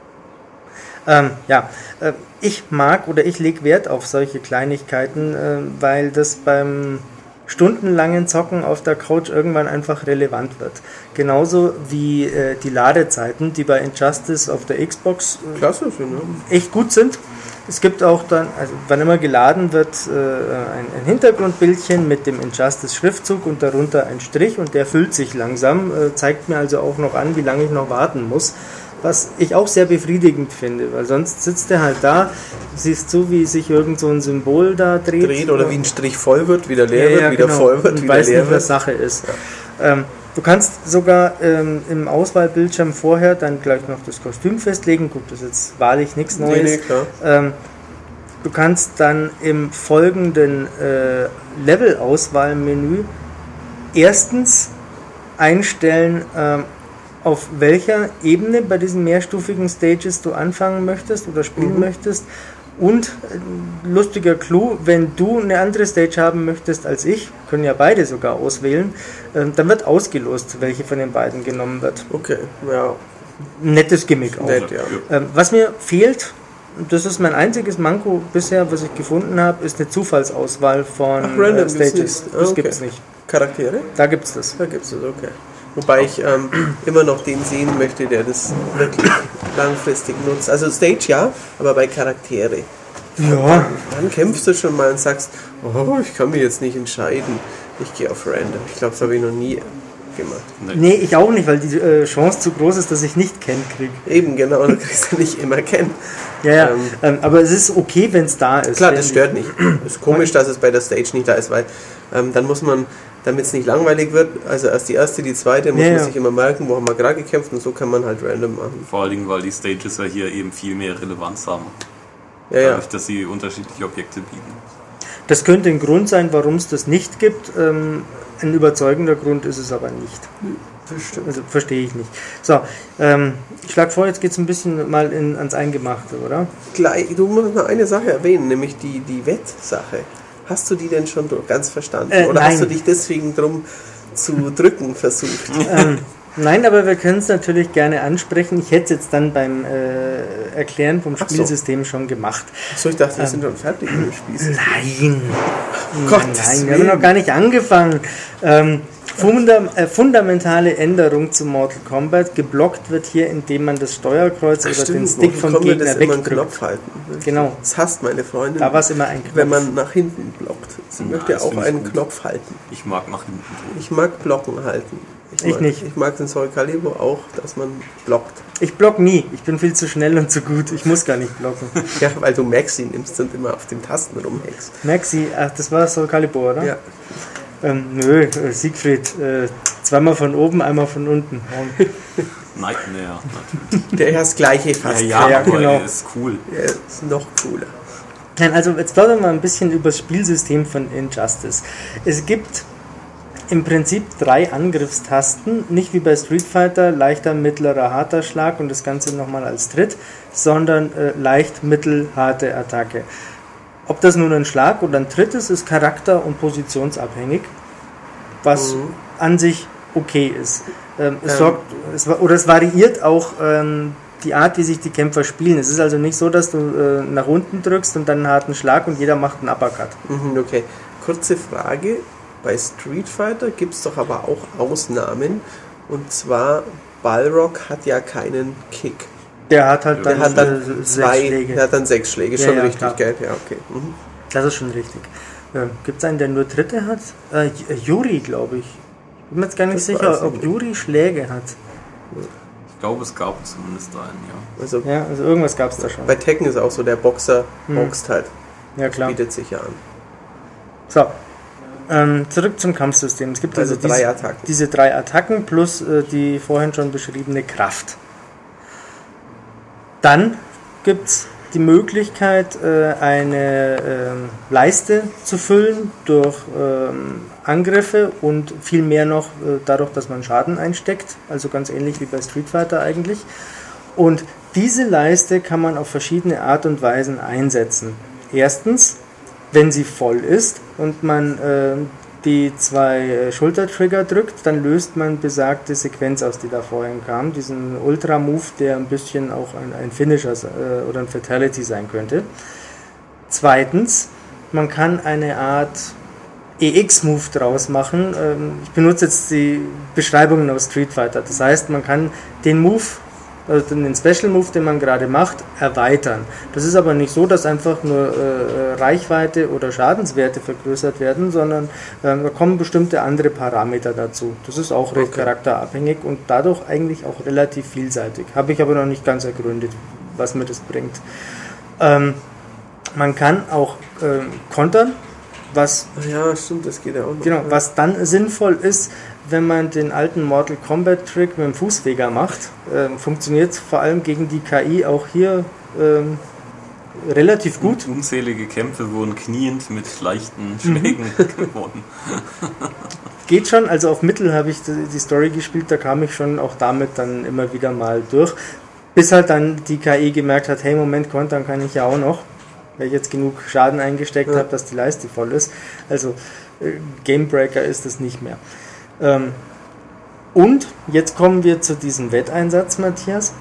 Ähm, ja, äh, ich mag oder ich lege Wert auf solche Kleinigkeiten, äh, weil das beim stundenlangen Zocken auf der Couch irgendwann einfach relevant wird. Genauso wie äh, die Ladezeiten, die bei Injustice auf der Xbox äh, Klasse, finde ich. echt gut sind. Es gibt auch dann, also wann immer geladen wird, äh, ein, ein Hintergrundbildchen mit dem Injustice-Schriftzug und darunter ein Strich und der füllt sich langsam, äh, zeigt mir also auch noch an, wie lange ich noch warten muss. Was ich auch sehr befriedigend finde, weil sonst sitzt der halt da, siehst zu, wie sich irgend so ein Symbol da dreht. Dreht oder wie ein Strich voll wird, wieder leer Ja, wird, ja, wieder genau. voll wird, und wieder weiß leer nicht, was wird. Sache ist. Ähm, du kannst sogar ähm, im Auswahlbildschirm vorher dann gleich noch das Kostüm festlegen. Gut, das ist jetzt wahrlich nichts Neues. Nee, nee, klar. Ähm, du kannst dann im folgenden äh, Level-Auswahlmenü erstens einstellen, ähm, auf welcher Ebene bei diesen mehrstufigen Stages du anfangen möchtest oder spielen mhm. möchtest. Und äh, lustiger Clou, wenn du eine andere Stage haben möchtest als ich, können ja beide sogar auswählen, äh, dann wird ausgelost, welche von den beiden genommen wird. Okay, ja. Nettes Gimmick auch. Nett, ja. Ähm, was mir fehlt, das ist mein einziges Manko bisher, was ich gefunden habe, ist eine Zufallsauswahl von Ach, random äh, Stages. gibt's nicht. Das Okay. gibt es nicht. Charaktere? Da gibt es das. Da gibt es das, okay. Wobei ich ähm, immer noch den sehen möchte, der das wirklich langfristig nutzt. Also Stage ja, aber bei Charaktere. Ja. Dann kämpfst du schon mal und sagst, oh, ich kann mich jetzt nicht entscheiden. Ich gehe auf Random. Ich glaube, das habe ich noch nie gemacht. Nee, ich auch nicht, weil die äh, Chance zu groß ist, dass ich nicht Ken kriege. Eben, genau, du kriegst ja nicht immer Ken. Ja, ja. Ähm, Ähm, aber es ist okay, wenn es da ist. Klar, Wenn- das stört nicht. Es ist komisch, dass es bei der Stage nicht da ist, weil ähm, dann muss man, damit es nicht langweilig wird, also erst die erste, die zweite, muss Ja, man ja. sich immer merken, wo haben wir gerade gekämpft und so kann man halt random machen. Vor allen Dingen, weil die Stages ja hier eben viel mehr Relevanz haben. Ja, ja. Dadurch, dass sie unterschiedliche Objekte bieten. Das könnte ein Grund sein, warum es das nicht gibt. Ähm, ein überzeugender Grund ist es aber nicht. Das stimmt. Also verstehe ich nicht. So, ähm, ich schlage vor, jetzt geht es ein bisschen mal in, ans Eingemachte, oder? Gleich, du musst noch eine Sache erwähnen, nämlich die, die Wettsache. Hast du die denn schon ganz verstanden? Äh, Oder nein. hast du dich deswegen drum zu drücken versucht? ähm, nein, aber wir können es natürlich gerne ansprechen. Ich hätte es jetzt dann beim äh, Erklären vom Ach so. Spielsystem schon gemacht. Achso, ich dachte, wir sind schon fertig mit dem Spiel. Nein, Gottes nein, wir Willen. haben noch gar nicht angefangen. Ähm, funda äh, fundamentale Änderung zu Mortal Kombat. Geblockt wird hier, indem man das Steuerkreuz oder den Stick vom Mortal Kombat Gegner ist immer einen wegdrückt. Knopf halten. Genau. Das hasst meine Freundin. Da war es immer ein Knopf. wenn man nach hinten blockt. Sie Ja, möchte das auch finde ich einen gut. Knopf halten. Ich mag nach hinten drücken. Ich mag Blocken halten. Ich mag, nicht. Ich mag den Soul Calibur auch, dass man blockt. Ich block nie. Ich bin viel zu schnell und zu gut. Ich muss gar nicht blocken. Ja, weil du Maxi nimmst und immer auf den Tasten rumhängst. Maxi, ach, das war Soul Calibur, oder? Ja. Ähm, nö, äh, Siegfried, äh, zweimal von oben, einmal von unten. Nightmare, natürlich. Der ist das gleiche fast. Ja, ja, Ja, aber genau. er ist cool. Der ist noch cooler. Nein, also jetzt plaudern wir mal ein bisschen über das Spielsystem von Injustice. Es gibt im Prinzip drei Angriffstasten, nicht wie bei Street Fighter, leichter, mittlerer, harter Schlag und das Ganze nochmal als Tritt, sondern äh, leicht, mittel, harte Attacke. Ob das nun ein Schlag oder ein Tritt ist, ist charakter- und positionsabhängig, was Mhm. an sich okay ist. Ähm, es Ähm. sorgt, es, wa- oder es variiert auch ähm, die Art, wie sich die Kämpfer spielen. Es ist also nicht so, dass du äh, nach unten drückst und dann einen harten Schlag und jeder macht einen Uppercut. Mhm, okay. Kurze Frage. Bei Street Fighter gibt es doch aber auch Ausnahmen. Und zwar, Balrog hat ja keinen Kick. Der hat halt Der dann, hat dann äh, sechs zwei, Schläge. der hat dann sechs Schläge. Ja, Schon ja, richtig, klar. gell? Ja, okay. Mhm. Das ist schon richtig. Äh, Gibt es einen, der nur Tritte hat? Äh, J- Yuri, glaube ich. Ich bin mir jetzt gar nicht Das sicher, weiß ich ob nicht. Yuri Schläge hat. Ich glaube, es gab zumindest einen, ja. Also Ja, also irgendwas gab es da schon. bei Tekken ist auch so, der Boxer Hm. boxt halt. Ja, klar. Bietet sich ja an. So, ähm, zurück zum Kampfsystem. Es gibt also, Also drei diese, Attacken. diese drei Attacken plus äh, die vorhin schon beschriebene Kraft. Dann gibt es die Möglichkeit, äh, eine ähm, Leiste zu füllen durch ähm, Angriffe und viel mehr noch äh, dadurch, dass man Schaden einsteckt. Also ganz ähnlich wie bei Street Fighter eigentlich. Und diese Leiste kann man auf verschiedene Art und Weisen einsetzen. Erstens, wenn sie voll ist und man äh, die zwei äh, Schultertrigger drückt, dann löst man besagte Sequenz aus, die da vorhin kam. Diesen Ultra-Move, der ein bisschen auch ein, ein Finisher äh, oder ein Fatality sein könnte. Zweitens, man kann eine Art E X-Move draus machen. Ähm, ich benutze jetzt die Beschreibungen aus Street Fighter. Das heißt, man kann den Move, also den Special Move, den man gerade macht, erweitern. Das ist aber nicht so, dass einfach nur äh, Reichweite oder Schadenswerte vergrößert werden, sondern äh, da kommen bestimmte andere Parameter dazu. Das ist auch recht Okay. charakterabhängig und dadurch eigentlich auch relativ vielseitig. Habe ich aber noch nicht ganz ergründet, was mir das bringt. Ähm, man kann auch ähm, kontern, was Ja, stimmt, das geht ja auch noch. Genau, was dann sinnvoll ist, wenn man den alten Mortal Kombat Trick mit dem Fußfeger macht, ähm, funktioniert vor allem gegen die K I auch hier ähm, relativ gut. Unzählige Kämpfe wurden kniend mit leichten Schlägen mhm. gewonnen. Geht schon, also auf Mittel habe ich die Story gespielt, da kam ich schon auch damit dann immer wieder mal durch. Bis halt dann die K I gemerkt hat, hey Moment, kontern kann ich ja auch noch, weil ich jetzt genug Schaden eingesteckt ja. habe, dass die Leiste voll ist. Also äh, Gamebreaker ist es nicht mehr. Ähm, und jetzt kommen wir zu diesem Wetteinsatz, Matthias.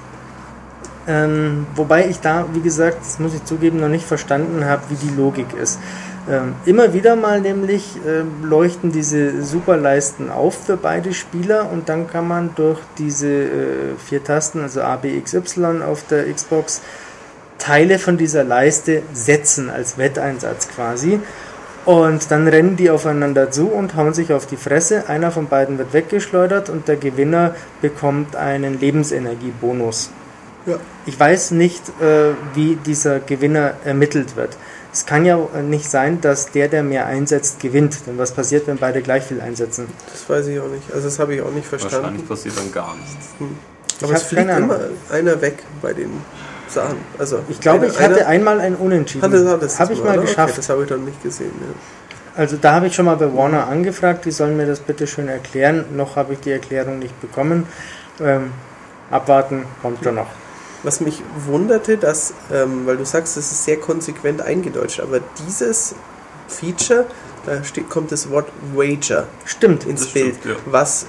Ähm, wobei ich da, wie gesagt, das muss ich zugeben, noch nicht verstanden habe, wie die Logik ist. Ähm, immer wieder mal nämlich äh, leuchten diese Superleisten auf für beide Spieler und dann kann man durch diese äh, vier Tasten, also A, B, X, Y auf der Xbox, Teile von dieser Leiste setzen als Wetteinsatz quasi. Und dann rennen die aufeinander zu und hauen sich auf die Fresse. Einer von beiden wird weggeschleudert und der Gewinner bekommt einen Lebensenergiebonus. Ja. Ich weiß nicht, äh, wie dieser Gewinner ermittelt wird. Es kann ja nicht sein, dass der, der mehr einsetzt, gewinnt. Denn was passiert, wenn beide gleich viel einsetzen? Das weiß ich auch nicht. Also das habe ich auch nicht verstanden. Wahrscheinlich passiert dann gar nichts. Hm. Aber es fliegt immer einer weg bei den Sachen. Also ich glaube, einer, ich hatte einmal ein Unentschieden. Habe ich mal oder? geschafft. Okay, das habe ich dann nicht gesehen. Ja. Also da habe ich schon mal bei Warner angefragt, die sollen mir das bitte schön erklären. Noch habe ich die Erklärung nicht bekommen. Ähm, abwarten, kommt schon noch. Was mich wunderte, dass, ähm, weil du sagst, es ist sehr konsequent eingedeutscht, aber dieses Feature, da steht, kommt das Wort Wager stimmt, ins Bild, stimmt, ja. was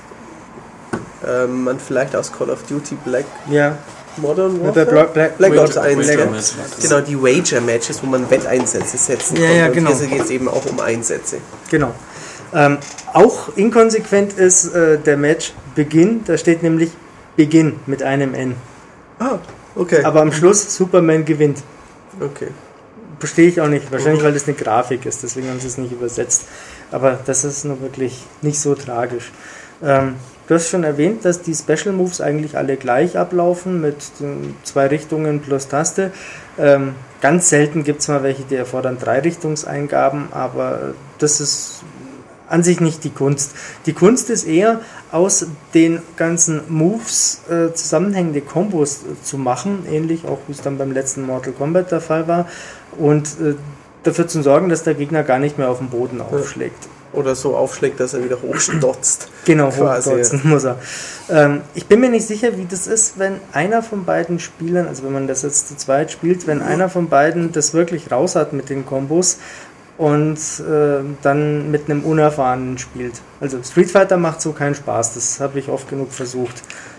ähm, man vielleicht aus Call of Duty Black ja. Modern Warfare? Black, Black, Black Ops Wager, eins, Wager genau, die Wager-Matches, wo man Wetteinsätze setzen ja, kann. ja, und genau. hier geht es eben auch um Einsätze. Genau. Ähm, auch inkonsequent ist äh, der Match-Beginn, da steht nämlich Beginn mit einem N. Ah, okay. Aber am Schluss Superman gewinnt. Okay. Verstehe ich auch nicht. Wahrscheinlich, weil das eine Grafik ist, deswegen haben sie es nicht übersetzt. Aber das ist nur wirklich nicht so tragisch. Ähm, du hast schon erwähnt, dass die Special Moves eigentlich alle gleich ablaufen, mit zwei Richtungen plus Taste. Ähm, ganz selten gibt es mal welche, die erfordern drei Richtungseingaben, aber das ist an sich nicht die Kunst. Die Kunst ist eher, aus den ganzen Moves äh, zusammenhängende Kombos äh, zu machen, ähnlich auch wie es dann beim letzten Mortal Kombat der Fall war, und äh, dafür zu sorgen, dass der Gegner gar nicht mehr auf dem Boden aufschlägt. Oder so aufschlägt, dass er wieder hochstotzt. Genau, hochstotzen muss er. Ähm, ich bin mir nicht sicher, wie das ist, wenn einer von beiden Spielern, also wenn man das jetzt zu zweit spielt, wenn einer von beiden das wirklich raus hat mit den Kombos und äh, dann mit einem Unerfahrenen spielt. Also Street Fighter macht so keinen Spaß, das habe ich oft genug versucht.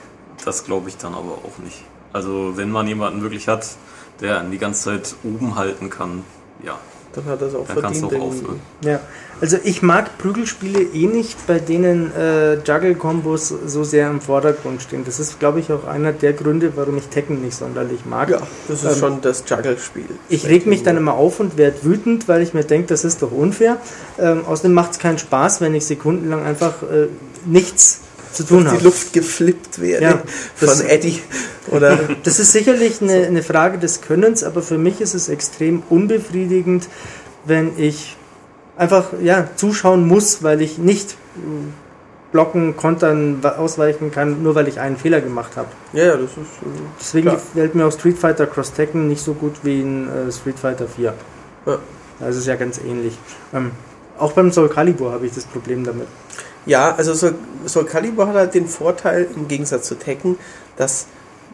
Das glaube ich dann aber auch nicht. Also wenn man jemanden wirklich hat, der ihn die ganze Zeit oben halten kann, ja, dann hat er es auch dann verdient. Kannst du auch aufhören. Ja, also ich mag Prügelspiele eh nicht, bei denen äh, Juggle-Kombos so sehr im Vordergrund stehen. Das ist, glaube ich, auch einer der Gründe, warum ich Tekken nicht sonderlich mag. Ja, das ist ähm, schon das Juggle-Spiel. Ich reg mich dann immer auf und werde wütend, weil ich mir denke, das ist doch unfair. Ähm, außerdem macht es keinen Spaß, wenn ich sekundenlang einfach äh, nichts zu tun habe. Die Luft geflippt werde ja, von Eddie. Oder das ist sicherlich eine, eine Frage des Könnens, aber für mich ist es extrem unbefriedigend, wenn ich einfach ja, zuschauen muss, weil ich nicht blocken, kontern, ausweichen kann, nur weil ich einen Fehler gemacht habe. Ja, ja, das ist. Äh, Deswegen klar. Gefällt mir auch Street Fighter Cross Tekken nicht so gut wie in äh, Street Fighter vier. Ja. Das ist ja ganz ähnlich. Ähm, auch beim Soul Calibur habe ich das Problem damit. Ja, also Soul, Soul Calibur hat halt den Vorteil, im Gegensatz zu Tekken, dass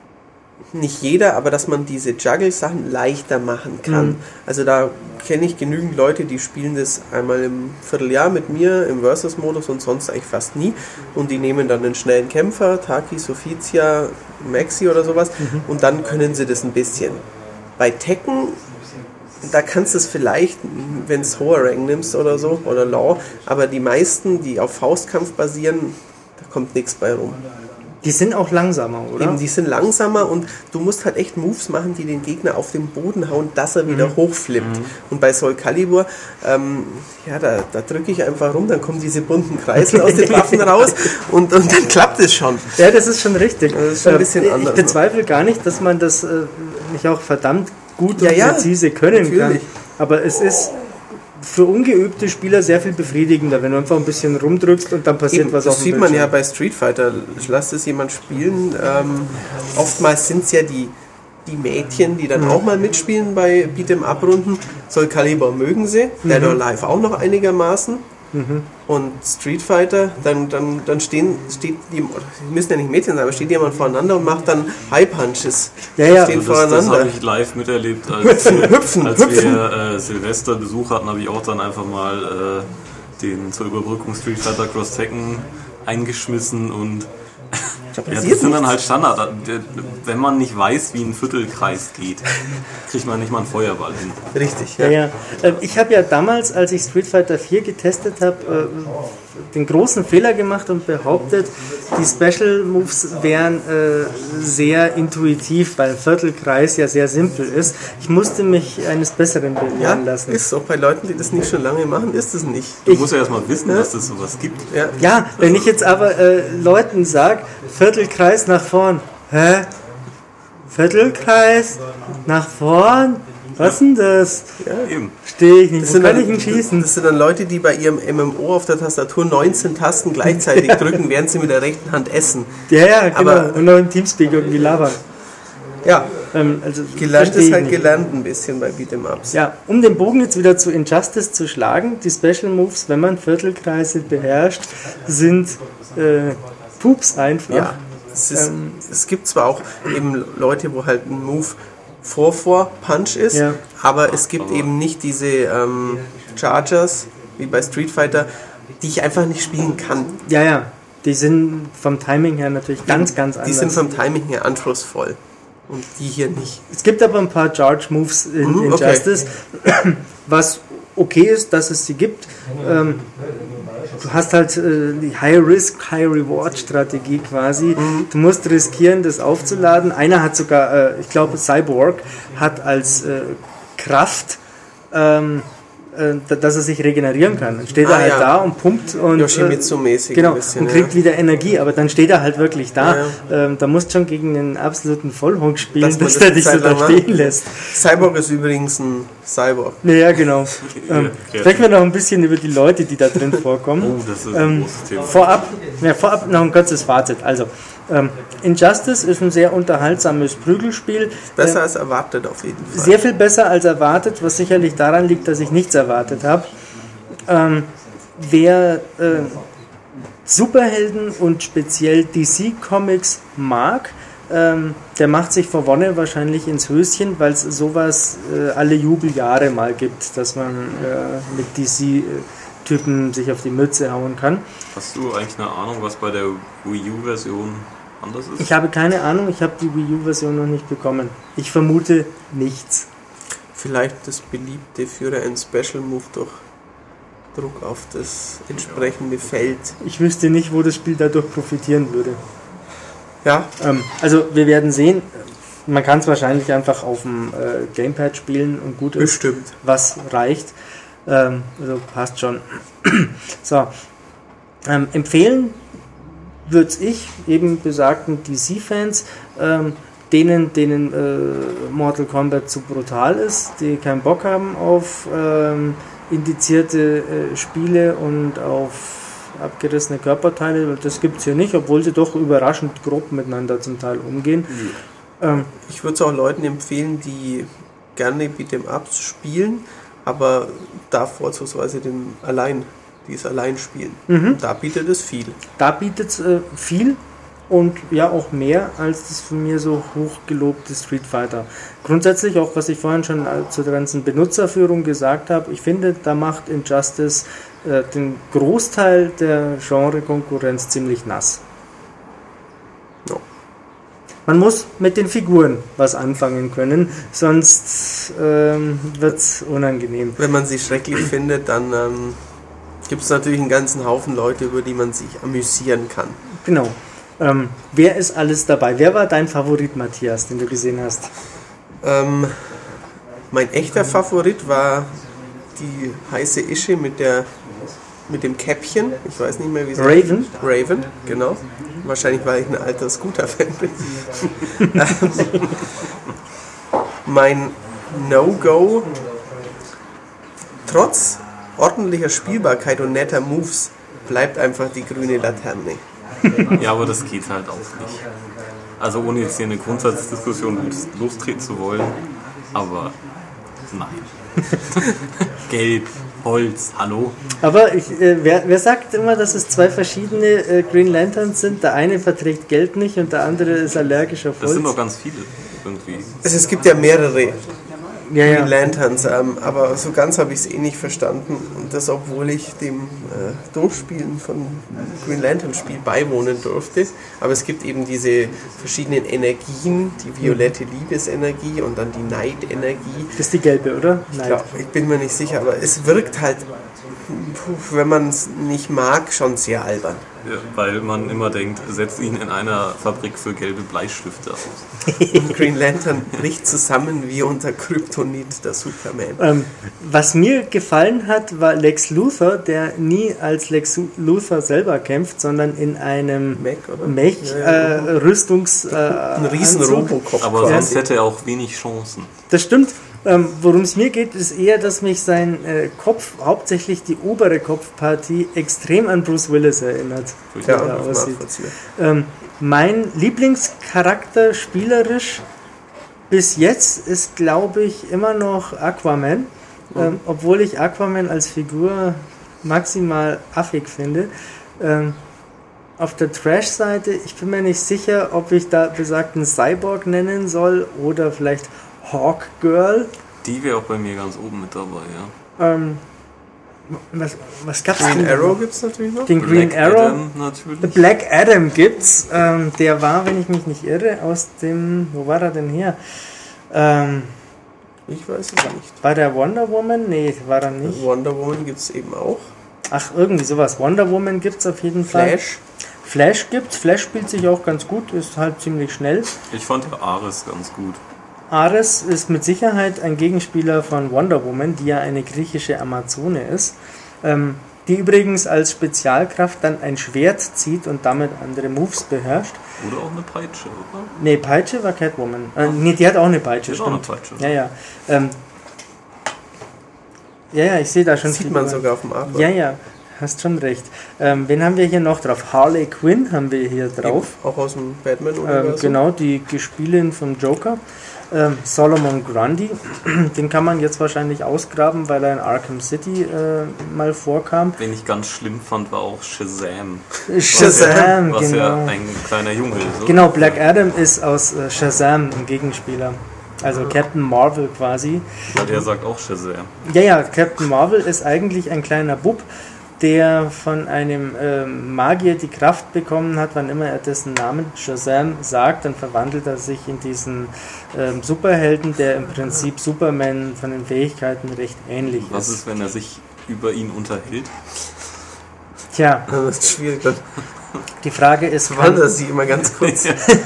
nicht jeder, aber dass man diese Juggle-Sachen leichter machen kann. Mhm. Also da kenne ich genügend Leute, die spielen das einmal im Vierteljahr mit mir im Versus-Modus und sonst eigentlich fast nie. Und die nehmen dann einen schnellen Kämpfer, Taki, Sophitia, Maxi oder sowas, mhm. und dann können sie das ein bisschen. Bei Tekken, da kannst du es vielleicht, wenn es hoher Rang nimmst oder so, oder Law, aber die meisten, die auf Faustkampf basieren, da kommt nichts bei rum. Die sind auch langsamer, oder? Eben, die sind langsamer und du musst halt echt Moves machen, die den Gegner auf den Boden hauen, dass er wieder mhm. hochflippt. Mhm. Und bei Soul Calibur, ähm, ja, da, da drücke ich einfach rum, dann kommen diese bunten Kreisel aus den Waffen raus und, und dann klappt es schon. Ja, das ist schon richtig. Das ist schon ein bisschen ich anders. Ich bezweifle gar nicht, dass man das äh, nicht auch verdammt gut ja, und ja, präzise können natürlich. kann. Aber es ist für ungeübte Spieler sehr viel befriedigender, wenn du einfach ein bisschen rumdrückst und dann passiert Eben, was auf dem dem Bildschirm. Das sieht man ja Bildschirm. bei Street Fighter. Lass es jemand spielen. Ähm, oftmals sind es ja die die Mädchen, die dann mhm. auch mal mitspielen bei Beat'em-Up-Runden. Soul Calibur mögen sie, mhm. Dead or Alive auch noch einigermaßen. Mhm. Und Street Fighter, dann, dann, dann stehen, steht die, müssen ja nicht Mädchen sein, aber steht jemand voreinander und macht dann High Punches. Ja, ja. Stehen also das, voreinander. Das habe ich live miterlebt, als, hüpfen, hüpfen, als hüpfen. wir äh, Silvester Besuch hatten, habe ich auch dann einfach mal äh, den zur Überbrückung Street Fighter Cross Tekken eingeschmissen und ja, das sind dann halt Standard. Wenn man nicht weiß, wie ein Viertelkreis geht, kriegt man nicht mal einen Feuerball hin. Richtig, ja. ja, ja. Ich habe ja damals, als ich Street Fighter vier getestet habe, den großen Fehler gemacht und behauptet, die Special Moves wären äh, sehr intuitiv, weil ein Viertelkreis ja sehr simpel ist. Ich musste mich eines Besseren belehren ja, lassen. Ist so. Bei Leuten, die das nicht schon lange machen, ist es nicht. Du ich, musst ja erstmal wissen, ja. dass es sowas gibt. Ja, ja wenn ich jetzt aber äh, Leuten sage, Viertelkreis nach vorn. Hä? Viertelkreis nach vorn? Was denn das? Ja, eben. Stehe ich nicht. Das Wo sind kann dann, ich ihn schießen? Das sind dann Leute, die bei ihrem M M O auf der Tastatur neunzehn Tasten gleichzeitig drücken, während sie mit der rechten Hand essen. Ja, ja, genau. Aber und noch im Teamspeak irgendwie labern. Ja, ähm, also gelernt ist halt nicht. Gelernt ein bisschen bei Beat'em-Ups. Ja, um den Bogen jetzt wieder zu Injustice zu schlagen, die Special Moves, wenn man Viertelkreise beherrscht, sind äh, Pups einfach. Ja, es, ist, ähm, es gibt zwar auch eben Leute, wo halt ein Move Vor-Vor-Punch ist, ja. aber es gibt eben nicht diese ähm, Chargers, wie bei Street Fighter, die ich einfach nicht spielen kann. Ja, ja, die sind vom Timing her natürlich ganz, ganz anders. Die sind vom Timing her anspruchsvoll und die hier nicht. Es gibt aber ein paar Charge-Moves in mhm, Injustice, okay. was okay ist, dass es sie gibt. Ähm, du hast halt äh, die High-Risk, High-Reward-Strategie quasi. Mhm. Du musst riskieren, das aufzuladen. Einer hat sogar, äh, ich glaube Cyborg, hat als äh, Kraft, ähm, äh, dass er sich regenerieren kann. Dann steht ah, er halt ja. da und pumpt und, Yoshimitsu-mäßig genau, ein bisschen, und kriegt ja. wieder Energie, aber dann steht er halt wirklich da. Ja, ja. Ähm, da musst du schon gegen einen absoluten Vollhonk spielen, dass, dass der dich so da stehen lässt. Cyborg ist übrigens ein Cyborg. Ja, genau. Ähm, sprechen wir noch ein bisschen über die Leute, die da drin vorkommen. Oh, das ist ein ähm, großes Thema. Vorab, ja, vorab noch ein kurzes Fazit. Also, ähm, Injustice ist ein sehr unterhaltsames Prügelspiel. Besser äh, als erwartet auf jeden Fall. Sehr viel besser als erwartet, was sicherlich daran liegt, dass ich nichts erwartet habe. Ähm, wer äh, Superhelden und speziell D C Comics mag, ähm, der macht sich vor Wonne wahrscheinlich ins Höschen, weil es sowas äh, alle Jubeljahre mal gibt, dass man äh, mit D C-Typen sich auf die Mütze hauen kann. Hast du eigentlich eine Ahnung, was bei der Wii U-Version anders ist? Ich habe keine Ahnung, ich habe die Wii U-Version noch nicht bekommen. Ich vermute nichts. Vielleicht das beliebte Führer ein Special Move durch Druck auf das entsprechende Feld. Ich wüsste nicht, wo das Spiel dadurch profitieren würde. Ja. Ähm, also wir werden sehen, man kann es wahrscheinlich einfach auf dem äh, Gamepad spielen und gut ist. Bestimmt. Was reicht. Ähm, also passt schon. So. Ähm, empfehlen würde ich eben besagten D C-Fans, ähm, denen, denen äh, Mortal Kombat zu brutal ist, die keinen Bock haben auf ähm, indizierte äh, Spiele und auf abgerissene Körperteile, das gibt es hier nicht, obwohl sie doch überraschend grob miteinander zum Teil umgehen. Mhm. Ähm, ich würde es auch Leuten empfehlen, die gerne Beat'em-Ups spielen, aber da vorzugsweise den allein, die es allein spielen. Mhm. Da bietet es viel. Da bietet es äh, viel und ja auch mehr als das von mir so hochgelobte Street Fighter. Grundsätzlich auch, was ich vorhin schon zur ganzen Benutzerführung gesagt habe, ich finde, da macht Injustice äh, den Großteil der Genre-Konkurrenz ziemlich nass. No. Man muss mit den Figuren was anfangen können, sonst ähm, wird es unangenehm. Wenn man sie schrecklich findet, dann ähm, gibt es natürlich einen ganzen Haufen Leute, über die man sich amüsieren kann. Genau. Ähm, wer ist alles dabei? Wer war dein Favorit, Matthias, den du gesehen hast? Ähm, mein echter Favorit war die heiße Ische mit der mit dem Käppchen. Ich weiß nicht mehr, wie sie heißt. Raven? Raven, genau. Wahrscheinlich, weil ich ein alter Scooter-Fan bin. Mein No-Go, trotz ordentlicher Spielbarkeit und netter Moves, bleibt einfach die grüne Laterne. Ja, aber das geht halt auch nicht. Also ohne jetzt hier eine Grundsatzdiskussion lostreten zu wollen, aber nein. Gelb, Holz, hallo. Aber ich, äh, wer, wer sagt immer, dass es zwei verschiedene äh, Green Lanterns sind? Der eine verträgt Gelb nicht und der andere ist allergisch auf Holz. Das sind doch ganz viele irgendwie. Also es gibt ja mehrere ja, ja. Green Lanterns, ähm, aber so ganz habe ich es eh nicht verstanden. Und das, obwohl ich dem äh, Durchspielen von Green Lantern Spiel beiwohnen durfte. Aber es gibt eben diese verschiedenen Energien, die violette Liebesenergie und dann die Neidenergie. Das ist die gelbe, oder? Ich, glaub, ich bin mir nicht sicher, aber es wirkt halt, wenn man es nicht mag, schon sehr albern. Ja, weil man immer denkt, setzt ihn in einer Fabrik für gelbe Bleistifte aus. Und Green Lantern bricht zusammen wie unter Kryptonit der Superman. Ähm, was mir gefallen hat, war Lex Luthor, der nie als Lex Luthor selber kämpft, sondern in einem Mech, oder? Mech Ja, ja, äh, Rüstungs äh, Ein riesen Anzug. Robocop. Aber quasi. sonst hätte er auch wenig Chancen. Das stimmt. Ähm, worum es mir geht, ist eher, dass mich sein äh, Kopf, hauptsächlich die obere Kopfpartie, extrem an Bruce Willis erinnert. Ja, wie er das aussieht. nachvollziehen. Ähm, mein Lieblingscharakter spielerisch bis jetzt ist, glaube ich, immer noch Aquaman. Mhm. Ähm, obwohl ich Aquaman als Figur maximal affig finde. Ähm, auf der Trash-Seite, ich bin mir nicht sicher, ob ich da besagten Cyborg nennen soll oder vielleicht Hawkgirl. Die wäre auch bei mir ganz oben mit dabei, ja. Ähm, was was gab's Green denn? Arrow gibt es natürlich noch. Den Green Black Arrow. Adam natürlich. The Black Adam gibt's. Ähm, der war, wenn ich mich nicht irre, aus dem. Wo war er denn her? Ähm, Ich weiß es nicht. war der Wonder Woman? Nee, war er nicht. Wonder Woman gibt es eben auch. Ach, irgendwie sowas. Wonder Woman gibt's auf jeden Fall. Flash. Flash gibt's. Flash spielt sich auch ganz gut, ist halt ziemlich schnell. Ich fand ja Ares ganz gut. Ares ist mit Sicherheit ein Gegenspieler von Wonder Woman, die ja eine griechische Amazone ist, ähm, die übrigens als Spezialkraft dann ein Schwert zieht und damit andere Moves beherrscht. Oder auch eine Peitsche, oder? Nee, Peitsche war Catwoman. Äh, nee, die hat auch eine Peitsche, Die hat auch stimmt. eine Peitsche. Ja, ja. Ähm, ja, ja, ich sehe da schon Sieht Figuren. man sogar auf dem Artwork. Ja, ja, hast schon recht. Ähm, wen haben wir hier noch drauf? Harley Quinn haben wir hier drauf. Auch aus dem Batman-Universum. Ähm, genau, die Gespielin vom Joker. Ähm, Solomon Grundy, den kann man jetzt wahrscheinlich ausgraben, weil er in Arkham City äh, mal vorkam. Den ich ganz schlimm fand, war auch Shazam. Shazam, Was genau. ja ein kleiner Junge ist. Oder? Genau, Black Adam ist aus äh, Shazam ein Gegenspieler. Also Captain Marvel quasi. Weil der sagt auch Shazam. Ja, ja, Captain Marvel ist eigentlich ein kleiner Bub, der von einem ähm, Magier die Kraft bekommen hat, wann immer er dessen Namen Shazam sagt, dann verwandelt er sich in diesen ähm, Superhelden, der im Prinzip Superman von den Fähigkeiten recht ähnlich Was ist. ist, wenn er sich über ihn unterhält? Tja, Das ist schwierig. Dann die Frage ist, wandert kann, sie immer ganz kurz.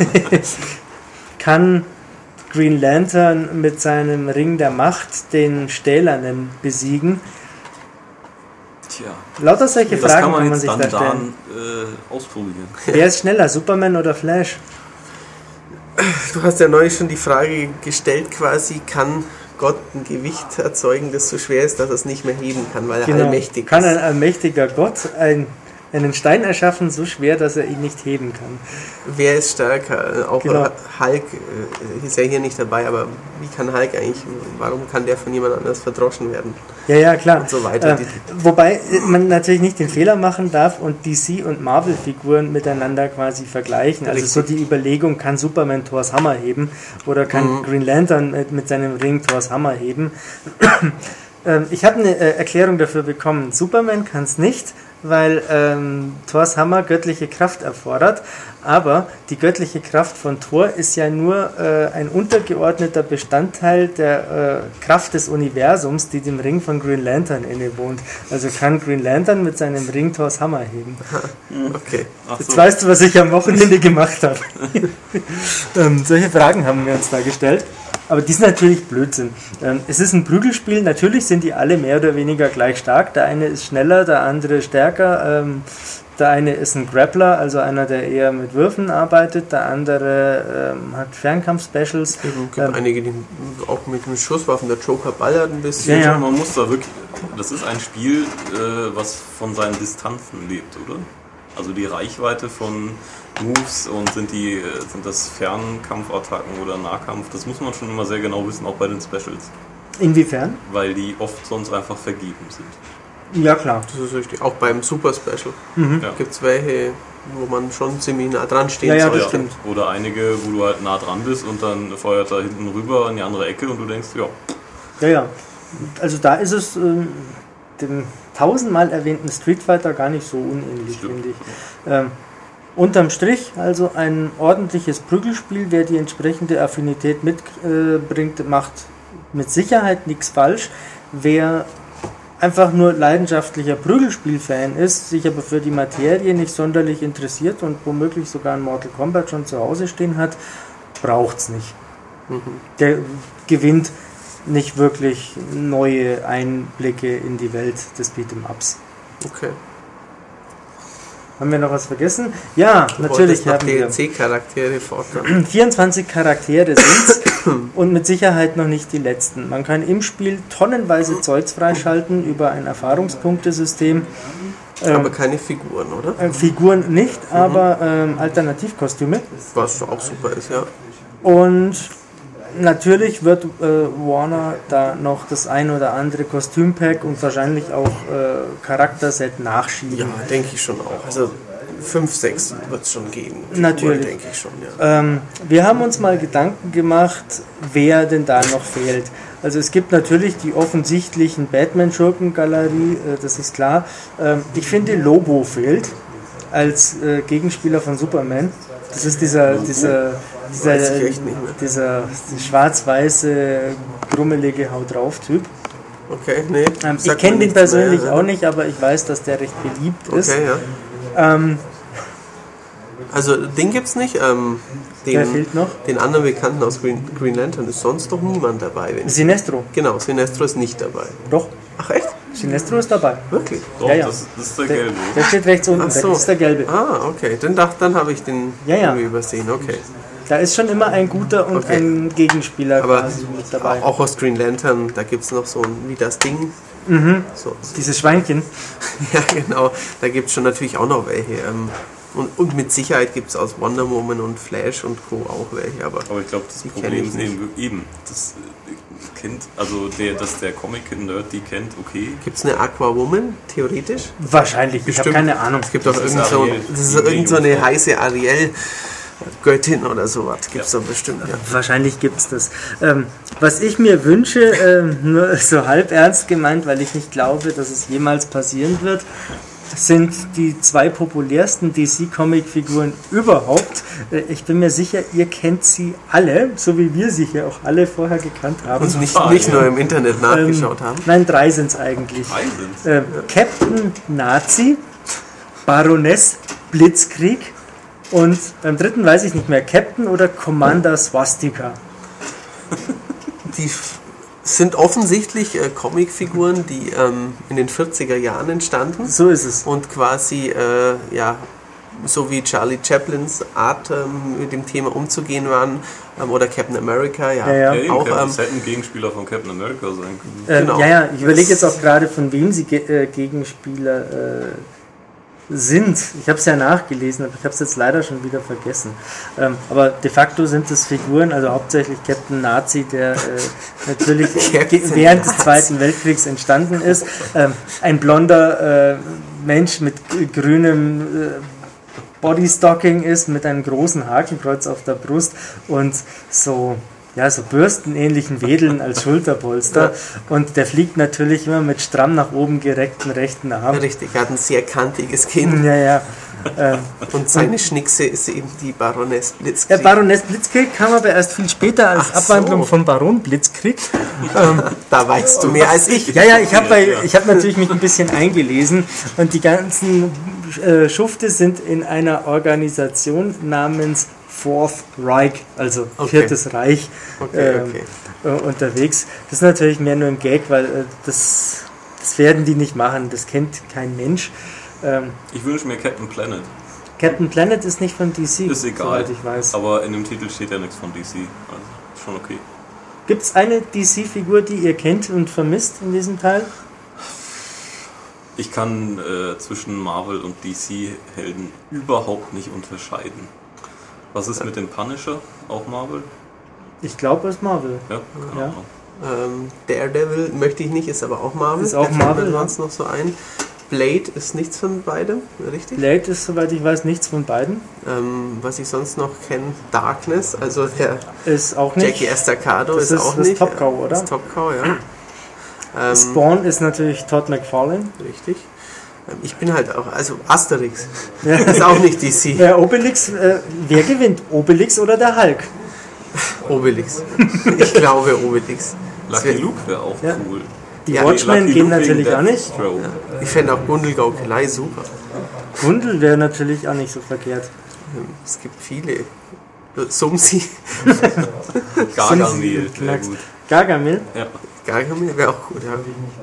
kann Green Lantern mit seinem Ring der Macht den Stählernen besiegen? Tja, Lauter solche das Fragen kann man kann man jetzt sich dann, da stellen. dann äh, ausprobieren. Wer ist schneller, Superman oder Flash? Du hast ja neulich schon die Frage gestellt, quasi, kann Gott ein Gewicht erzeugen, das so schwer ist, dass er es nicht mehr heben kann, weil er Genau. allmächtig Kann ein ist. allmächtiger Gott ein, einen Stein erschaffen, so schwer, dass er ihn nicht heben kann? Wer ist stärker? Auch Genau. Hulk äh, ist ja hier nicht dabei, aber wie kann Hulk eigentlich, warum kann der von jemand anders verdroschen werden? Ja, ja, klar. Und so weiter. Äh, wobei man natürlich nicht den Fehler machen darf und D C- und Marvel-Figuren miteinander quasi vergleichen. Also Richtig. so die Überlegung, kann Superman Thors Hammer heben oder kann Mhm. Green Lantern mit, mit seinem Ring Thors Hammer heben? ähm, ich habe eine äh, Erklärung dafür bekommen. Superman kann es nicht, weil ähm, Thors Hammer göttliche Kraft erfordert, aber die göttliche Kraft von Thor ist ja nur äh, ein untergeordneter Bestandteil der äh, Kraft des Universums, die dem Ring von Green Lantern innewohnt. Also kann Green Lantern mit seinem Ring Thors Hammer heben. Okay. Ach Jetzt so. weißt du, was ich am Wochenende gemacht habe. ähm, solche Fragen haben wir uns da gestellt. Aber die sind natürlich Blödsinn. Ähm, es ist ein Prügelspiel, natürlich sind die alle mehr oder weniger gleich stark. Der eine ist schneller, der andere stärker. Ähm, der eine ist ein Grappler, also einer, der eher mit Würfen arbeitet. Der andere ähm, hat Fernkampf-Specials. Es gibt Ähm, einige, die auch mit dem Schusswaffen, der Joker ballert ein bisschen. Ja, ja. Man muss da wirklich. Das ist ein Spiel, äh, was von seinen Distanzen lebt, oder? Also die Reichweite von Moves und sind die sind das Fernkampfattacken oder Nahkampf, das muss man schon immer sehr genau wissen, auch bei den Specials. Inwiefern? Weil die oft sonst einfach vergeben sind. Ja, klar. Das ist richtig. Auch beim Super Special Mhm. Ja. gibt es welche, wo man schon ziemlich nah dran stehen Ja, ja, soll. das stimmt. Oder einige, wo du halt nah dran bist und dann feuert er hinten rüber in die andere Ecke und du denkst, ja, Ja, ja. Also da ist es ähm, dem tausendmal erwähnten Street Fighter gar nicht so unähnlich, Stimmt. finde ich. Ähm, unterm Strich also ein ordentliches Prügelspiel. Wer die entsprechende Affinität mitbringt, äh, macht mit Sicherheit nichts falsch. Wer einfach nur leidenschaftlicher Prügelspiel-Fan ist, sich aber für die Materie nicht sonderlich interessiert und womöglich sogar ein Mortal Kombat schon zu Hause stehen hat, braucht's nicht. Mhm. Der gewinnt nicht wirklich neue Einblicke in die Welt des Beat'em-Ups. Okay. Haben wir noch was vergessen? Ja, Du natürlich wolltest noch haben wir D L C-Charaktere fordern. vierundzwanzig Charaktere sind's und mit Sicherheit noch nicht die letzten. Man kann im Spiel tonnenweise Zeugs freischalten über ein Erfahrungspunktesystem. Ähm, Aber keine Figuren, oder? äh, Figuren nicht, aber ähm, Alternativkostüme. Was auch super ist, ja. Und natürlich wird äh, Warner da noch das ein oder andere Kostümpack und wahrscheinlich auch äh, Charakterset nachschieben. Ja, denke ich schon auch. Also fünf, sechs wird es schon geben. Natürlich. Denke ich schon, ja. Ähm, wir haben uns mal Gedanken gemacht, wer denn da noch fehlt. Also es gibt natürlich die offensichtlichen Batman-Schurken-Galerie, äh, das ist klar. Ähm, ich finde, Lobo fehlt als äh, Gegenspieler von Superman. Das ist dieser, dieser, dieser, Weiß ich echt nicht mehr. dieser schwarz-weiße, grummelige Haut-drauf-Typ. Okay, nee. Ähm, ich sagt kenne mir den nichts persönlich mehr. auch nicht, aber ich weiß, dass der recht beliebt ist. Okay, ja. Ähm, Also den gibt's nicht. Ähm, den, Wer fehlt noch? Den anderen Bekannten aus Green, Green Lantern ist sonst doch niemand dabei. Wenn Sinestro. genau, Sinestro ist nicht dabei. Doch, Ach echt? Sinestro ist dabei. Wirklich? doch, Ja, ja. Das, das ist der Der, Gelbe. der steht rechts unten, Ach so. das ist der gelbe. Ah, okay. Dann, dacht, dann habe ich den Ja, ja. irgendwie übersehen. Okay. Da ist schon immer ein guter und Okay. ein Gegenspieler Aber quasi mit dabei. auch aus Green Lantern, da gibt es noch so ein, wie das Ding. Mhm. So, Dieses Schweinchen. ja, genau. Da gibt es schon natürlich auch noch welche. Ähm, und, und mit Sicherheit gibt es aus Wonder Woman und Flash und Co. auch welche. Aber Aber ich glaube, das Die Problem kenn ich ist eben, eben das äh, kennt, also der, dass der Comic-Nerd die kennt, okay. gibt es eine Aquawoman, theoretisch? Wahrscheinlich, ich habe Bestimmt. keine Ahnung. Es gibt auch Das ist irgend so, Ariel, das ist die irgend so eine Jungfrau. heiße Ariel-Göttin oder sowas. Gibt es Ja. doch bestimmt, ja. Wahrscheinlich gibt es das. Ähm, was ich mir wünsche, ähm, nur so halb ernst gemeint, weil ich nicht glaube, dass es jemals passieren wird, sind die zwei populärsten D C-Comic-Figuren überhaupt. Äh, Ich bin mir sicher, ihr kennt sie alle, so wie wir sie hier auch alle vorher gekannt haben. Und nicht, Ah, nicht ja. nur im Internet nachgeschaut Ähm, haben. Nein, drei sind es eigentlich. Drei sind's. Ähm, Captain Nazi, Baroness Blitzkrieg und beim dritten weiß ich nicht mehr, Captain oder Commander Swastika. Die f- sind offensichtlich äh, Comicfiguren, die ähm, in den vierziger Jahren entstanden So ist es. und quasi, äh, ja, so wie Charlie Chaplins Art ähm, mit dem Thema umzugehen waren, ähm, oder Captain America, ja, Ja, ja. Ja, eben, auch, Captain- ähm, das hätte ein Gegenspieler von Captain America sein können. Ähm, Genau. Ja, ja, ich überlege jetzt auch gerade, von wem sie ge äh, Gegenspieler äh, sind. Ich habe es ja nachgelesen, aber ich habe es jetzt leider schon wieder vergessen. Ähm, aber de facto sind es Figuren, also hauptsächlich Captain Nazi, der äh, natürlich Captain ge- während des Nazi. Zweiten Weltkriegs entstanden ist. Ähm, ein blonder äh, Mensch mit g- grünem äh, Bodystocking ist, mit einem großen Hakenkreuz auf der Brust und so, ja, so bürstenähnlichen Wedeln als Schulterpolster. Und der fliegt natürlich immer mit stramm nach oben gereckten rechten Arm. richtig, er hat ein sehr kantiges Kinn Ja, ja. Ähm, und seine Schnickse ist eben die Baroness der Blitzkrieg. Baroness Blitzkrieg kam aber erst viel später als Ach so. Abwandlung vom Baron Blitzkrieg. Da weißt du mehr als ich. Ja, ja, ich habe ich hab natürlich mich ein bisschen eingelesen und die ganzen äh, Schufte sind in einer Organisation namens Fourth Reich, also Okay. Viertes Reich, Okay, ähm, okay. äh, unterwegs. Das ist natürlich mehr nur ein Gag, weil äh, das, das werden die nicht machen, das kennt kein Mensch. Ähm, Ich wünsche mir Captain Planet. Captain Planet ist nicht von D C, Ist egal. soweit ich weiß. Aber in dem Titel steht ja nichts von D C. Also ist schon okay. Gibt es eine D C-Figur, die ihr kennt und vermisst in diesem Teil? Ich kann äh, zwischen Marvel und D C-Helden überhaupt nicht unterscheiden. Was ist mit dem Punisher? Auch Marvel? Ich glaube, es ist Marvel. Ja, keine Ja. Ahnung. Ähm, Daredevil möchte ich nicht, ist aber auch Marvel. Ist auch Da fällt Marvel, mir ja. sonst noch so ein. Blade ist nichts von beidem, richtig? Blade ist, soweit ich weiß, nichts von beiden. Ähm, was ich sonst noch kenne, Darkness, also der Ist auch nicht. Jackie Estacado Das ist, ist auch das nicht. Top Cow, oder? Das Top Cow, ja. Ähm, Spawn ist natürlich Todd McFarlane. richtig. Ähm, ich bin halt auch, also Asterix Ja. ist auch nicht D C. Äh, Obelix, äh, wer gewinnt? Obelix oder der Hulk? Obelix. Ich glaube Obelix. Das Lucky wär- Luke wäre auch Ja. cool. Die Ja, Watchmen Lucky gehen Luke natürlich wegen auch nicht. Deathstroke. Ich fände auch Gundelgaukelei super. Gundel wäre natürlich auch nicht so verkehrt. Ähm, Es gibt viele. Sumsi, Gargamel wäre Knackst. gut. Gargamel? Ja. Gargamel wäre auch gut, ja.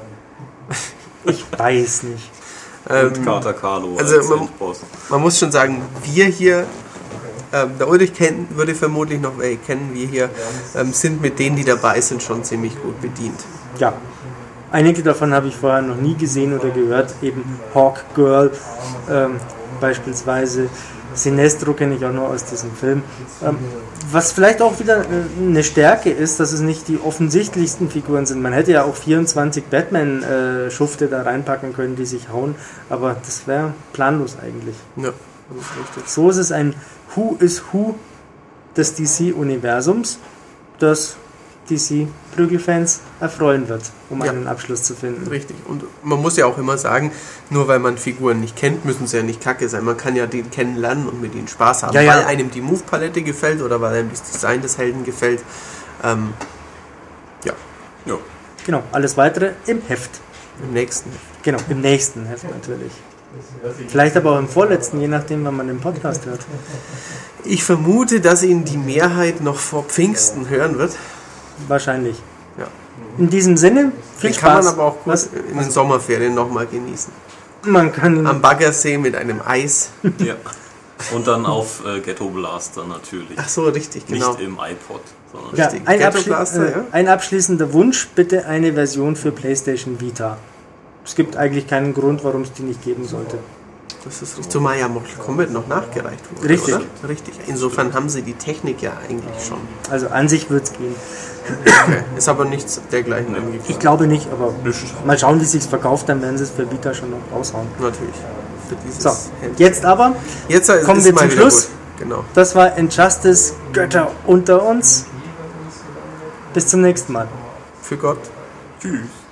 Ich weiß nicht. Ähm, Und Carter Carlo also als man- Endboss. Man muss schon sagen, wir hier, ähm, der Ulrich kennt, würde vermutlich noch welche kennen, wir hier ähm, sind mit denen, die dabei sind, schon ziemlich gut bedient. Ja. Einige davon habe ich vorher noch nie gesehen oder gehört. Eben Hawk Girl ähm, beispielsweise. Sinestro kenne ich auch nur aus diesem Film. Ähm, was vielleicht auch wieder äh, eine Stärke ist, dass es nicht die offensichtlichsten Figuren sind. Man hätte ja auch vierundzwanzig Batman-Schufte da reinpacken können, die sich hauen, aber das wäre planlos eigentlich. Ja, das ist richtig. So ist es ein Who is Who des D C-Universums, das D C-Prügelfans erfreuen wird, um Ja. einen Abschluss zu finden. Richtig. Und man muss ja auch immer sagen, nur weil man Figuren nicht kennt, müssen sie ja nicht kacke sein. Man kann ja den kennenlernen und mit ihnen Spaß haben, Ja, ja. weil einem die Move-Palette gefällt oder weil einem das Design des Helden gefällt. Ähm, ja, Ja. Genau, alles weitere im Heft. im nächsten. Genau, im nächsten Heft natürlich. Vielleicht aber auch im vorletzten, je nachdem, wann man den Podcast hört. Ich vermute, dass ihn die Mehrheit noch vor Pfingsten hören wird. Wahrscheinlich. Ja. In diesem Sinne, viel Den kann man Spaß. aber auch gut Was? in den Sommerferien nochmal genießen. Man kann ihn Am Baggersee mit einem Eis. ja. Und dann auf äh, Ghetto Blaster natürlich. Ach so, richtig, genau. Nicht im iPod, sondern ja, richtig. ein, Ghetto abschli Blaster, äh, ja. ein abschließender Wunsch, bitte eine Version für PlayStation Vita. Es gibt eigentlich keinen Grund, warum es die nicht geben sollte. Das ist richtig. Zumal ja Mortal Kombat noch nachgereicht wurde. Richtig. Oder? Richtig. Insofern haben sie die Technik ja eigentlich schon. Also an sich wird es gehen. Okay. Ist aber nichts dergleichen angekommen. Ich glaube nicht, aber Nicht. mal schauen, wie es sich verkauft, dann werden sie es für Vita schon noch raushauen. Natürlich. Für dieses So, Handy. jetzt aber, Jetzt ist kommen ist wir mal zum wieder Schluss. Gut. Genau. das war Injustice, Götter unter uns. Bis zum nächsten Mal. Für Gott. Tschüss.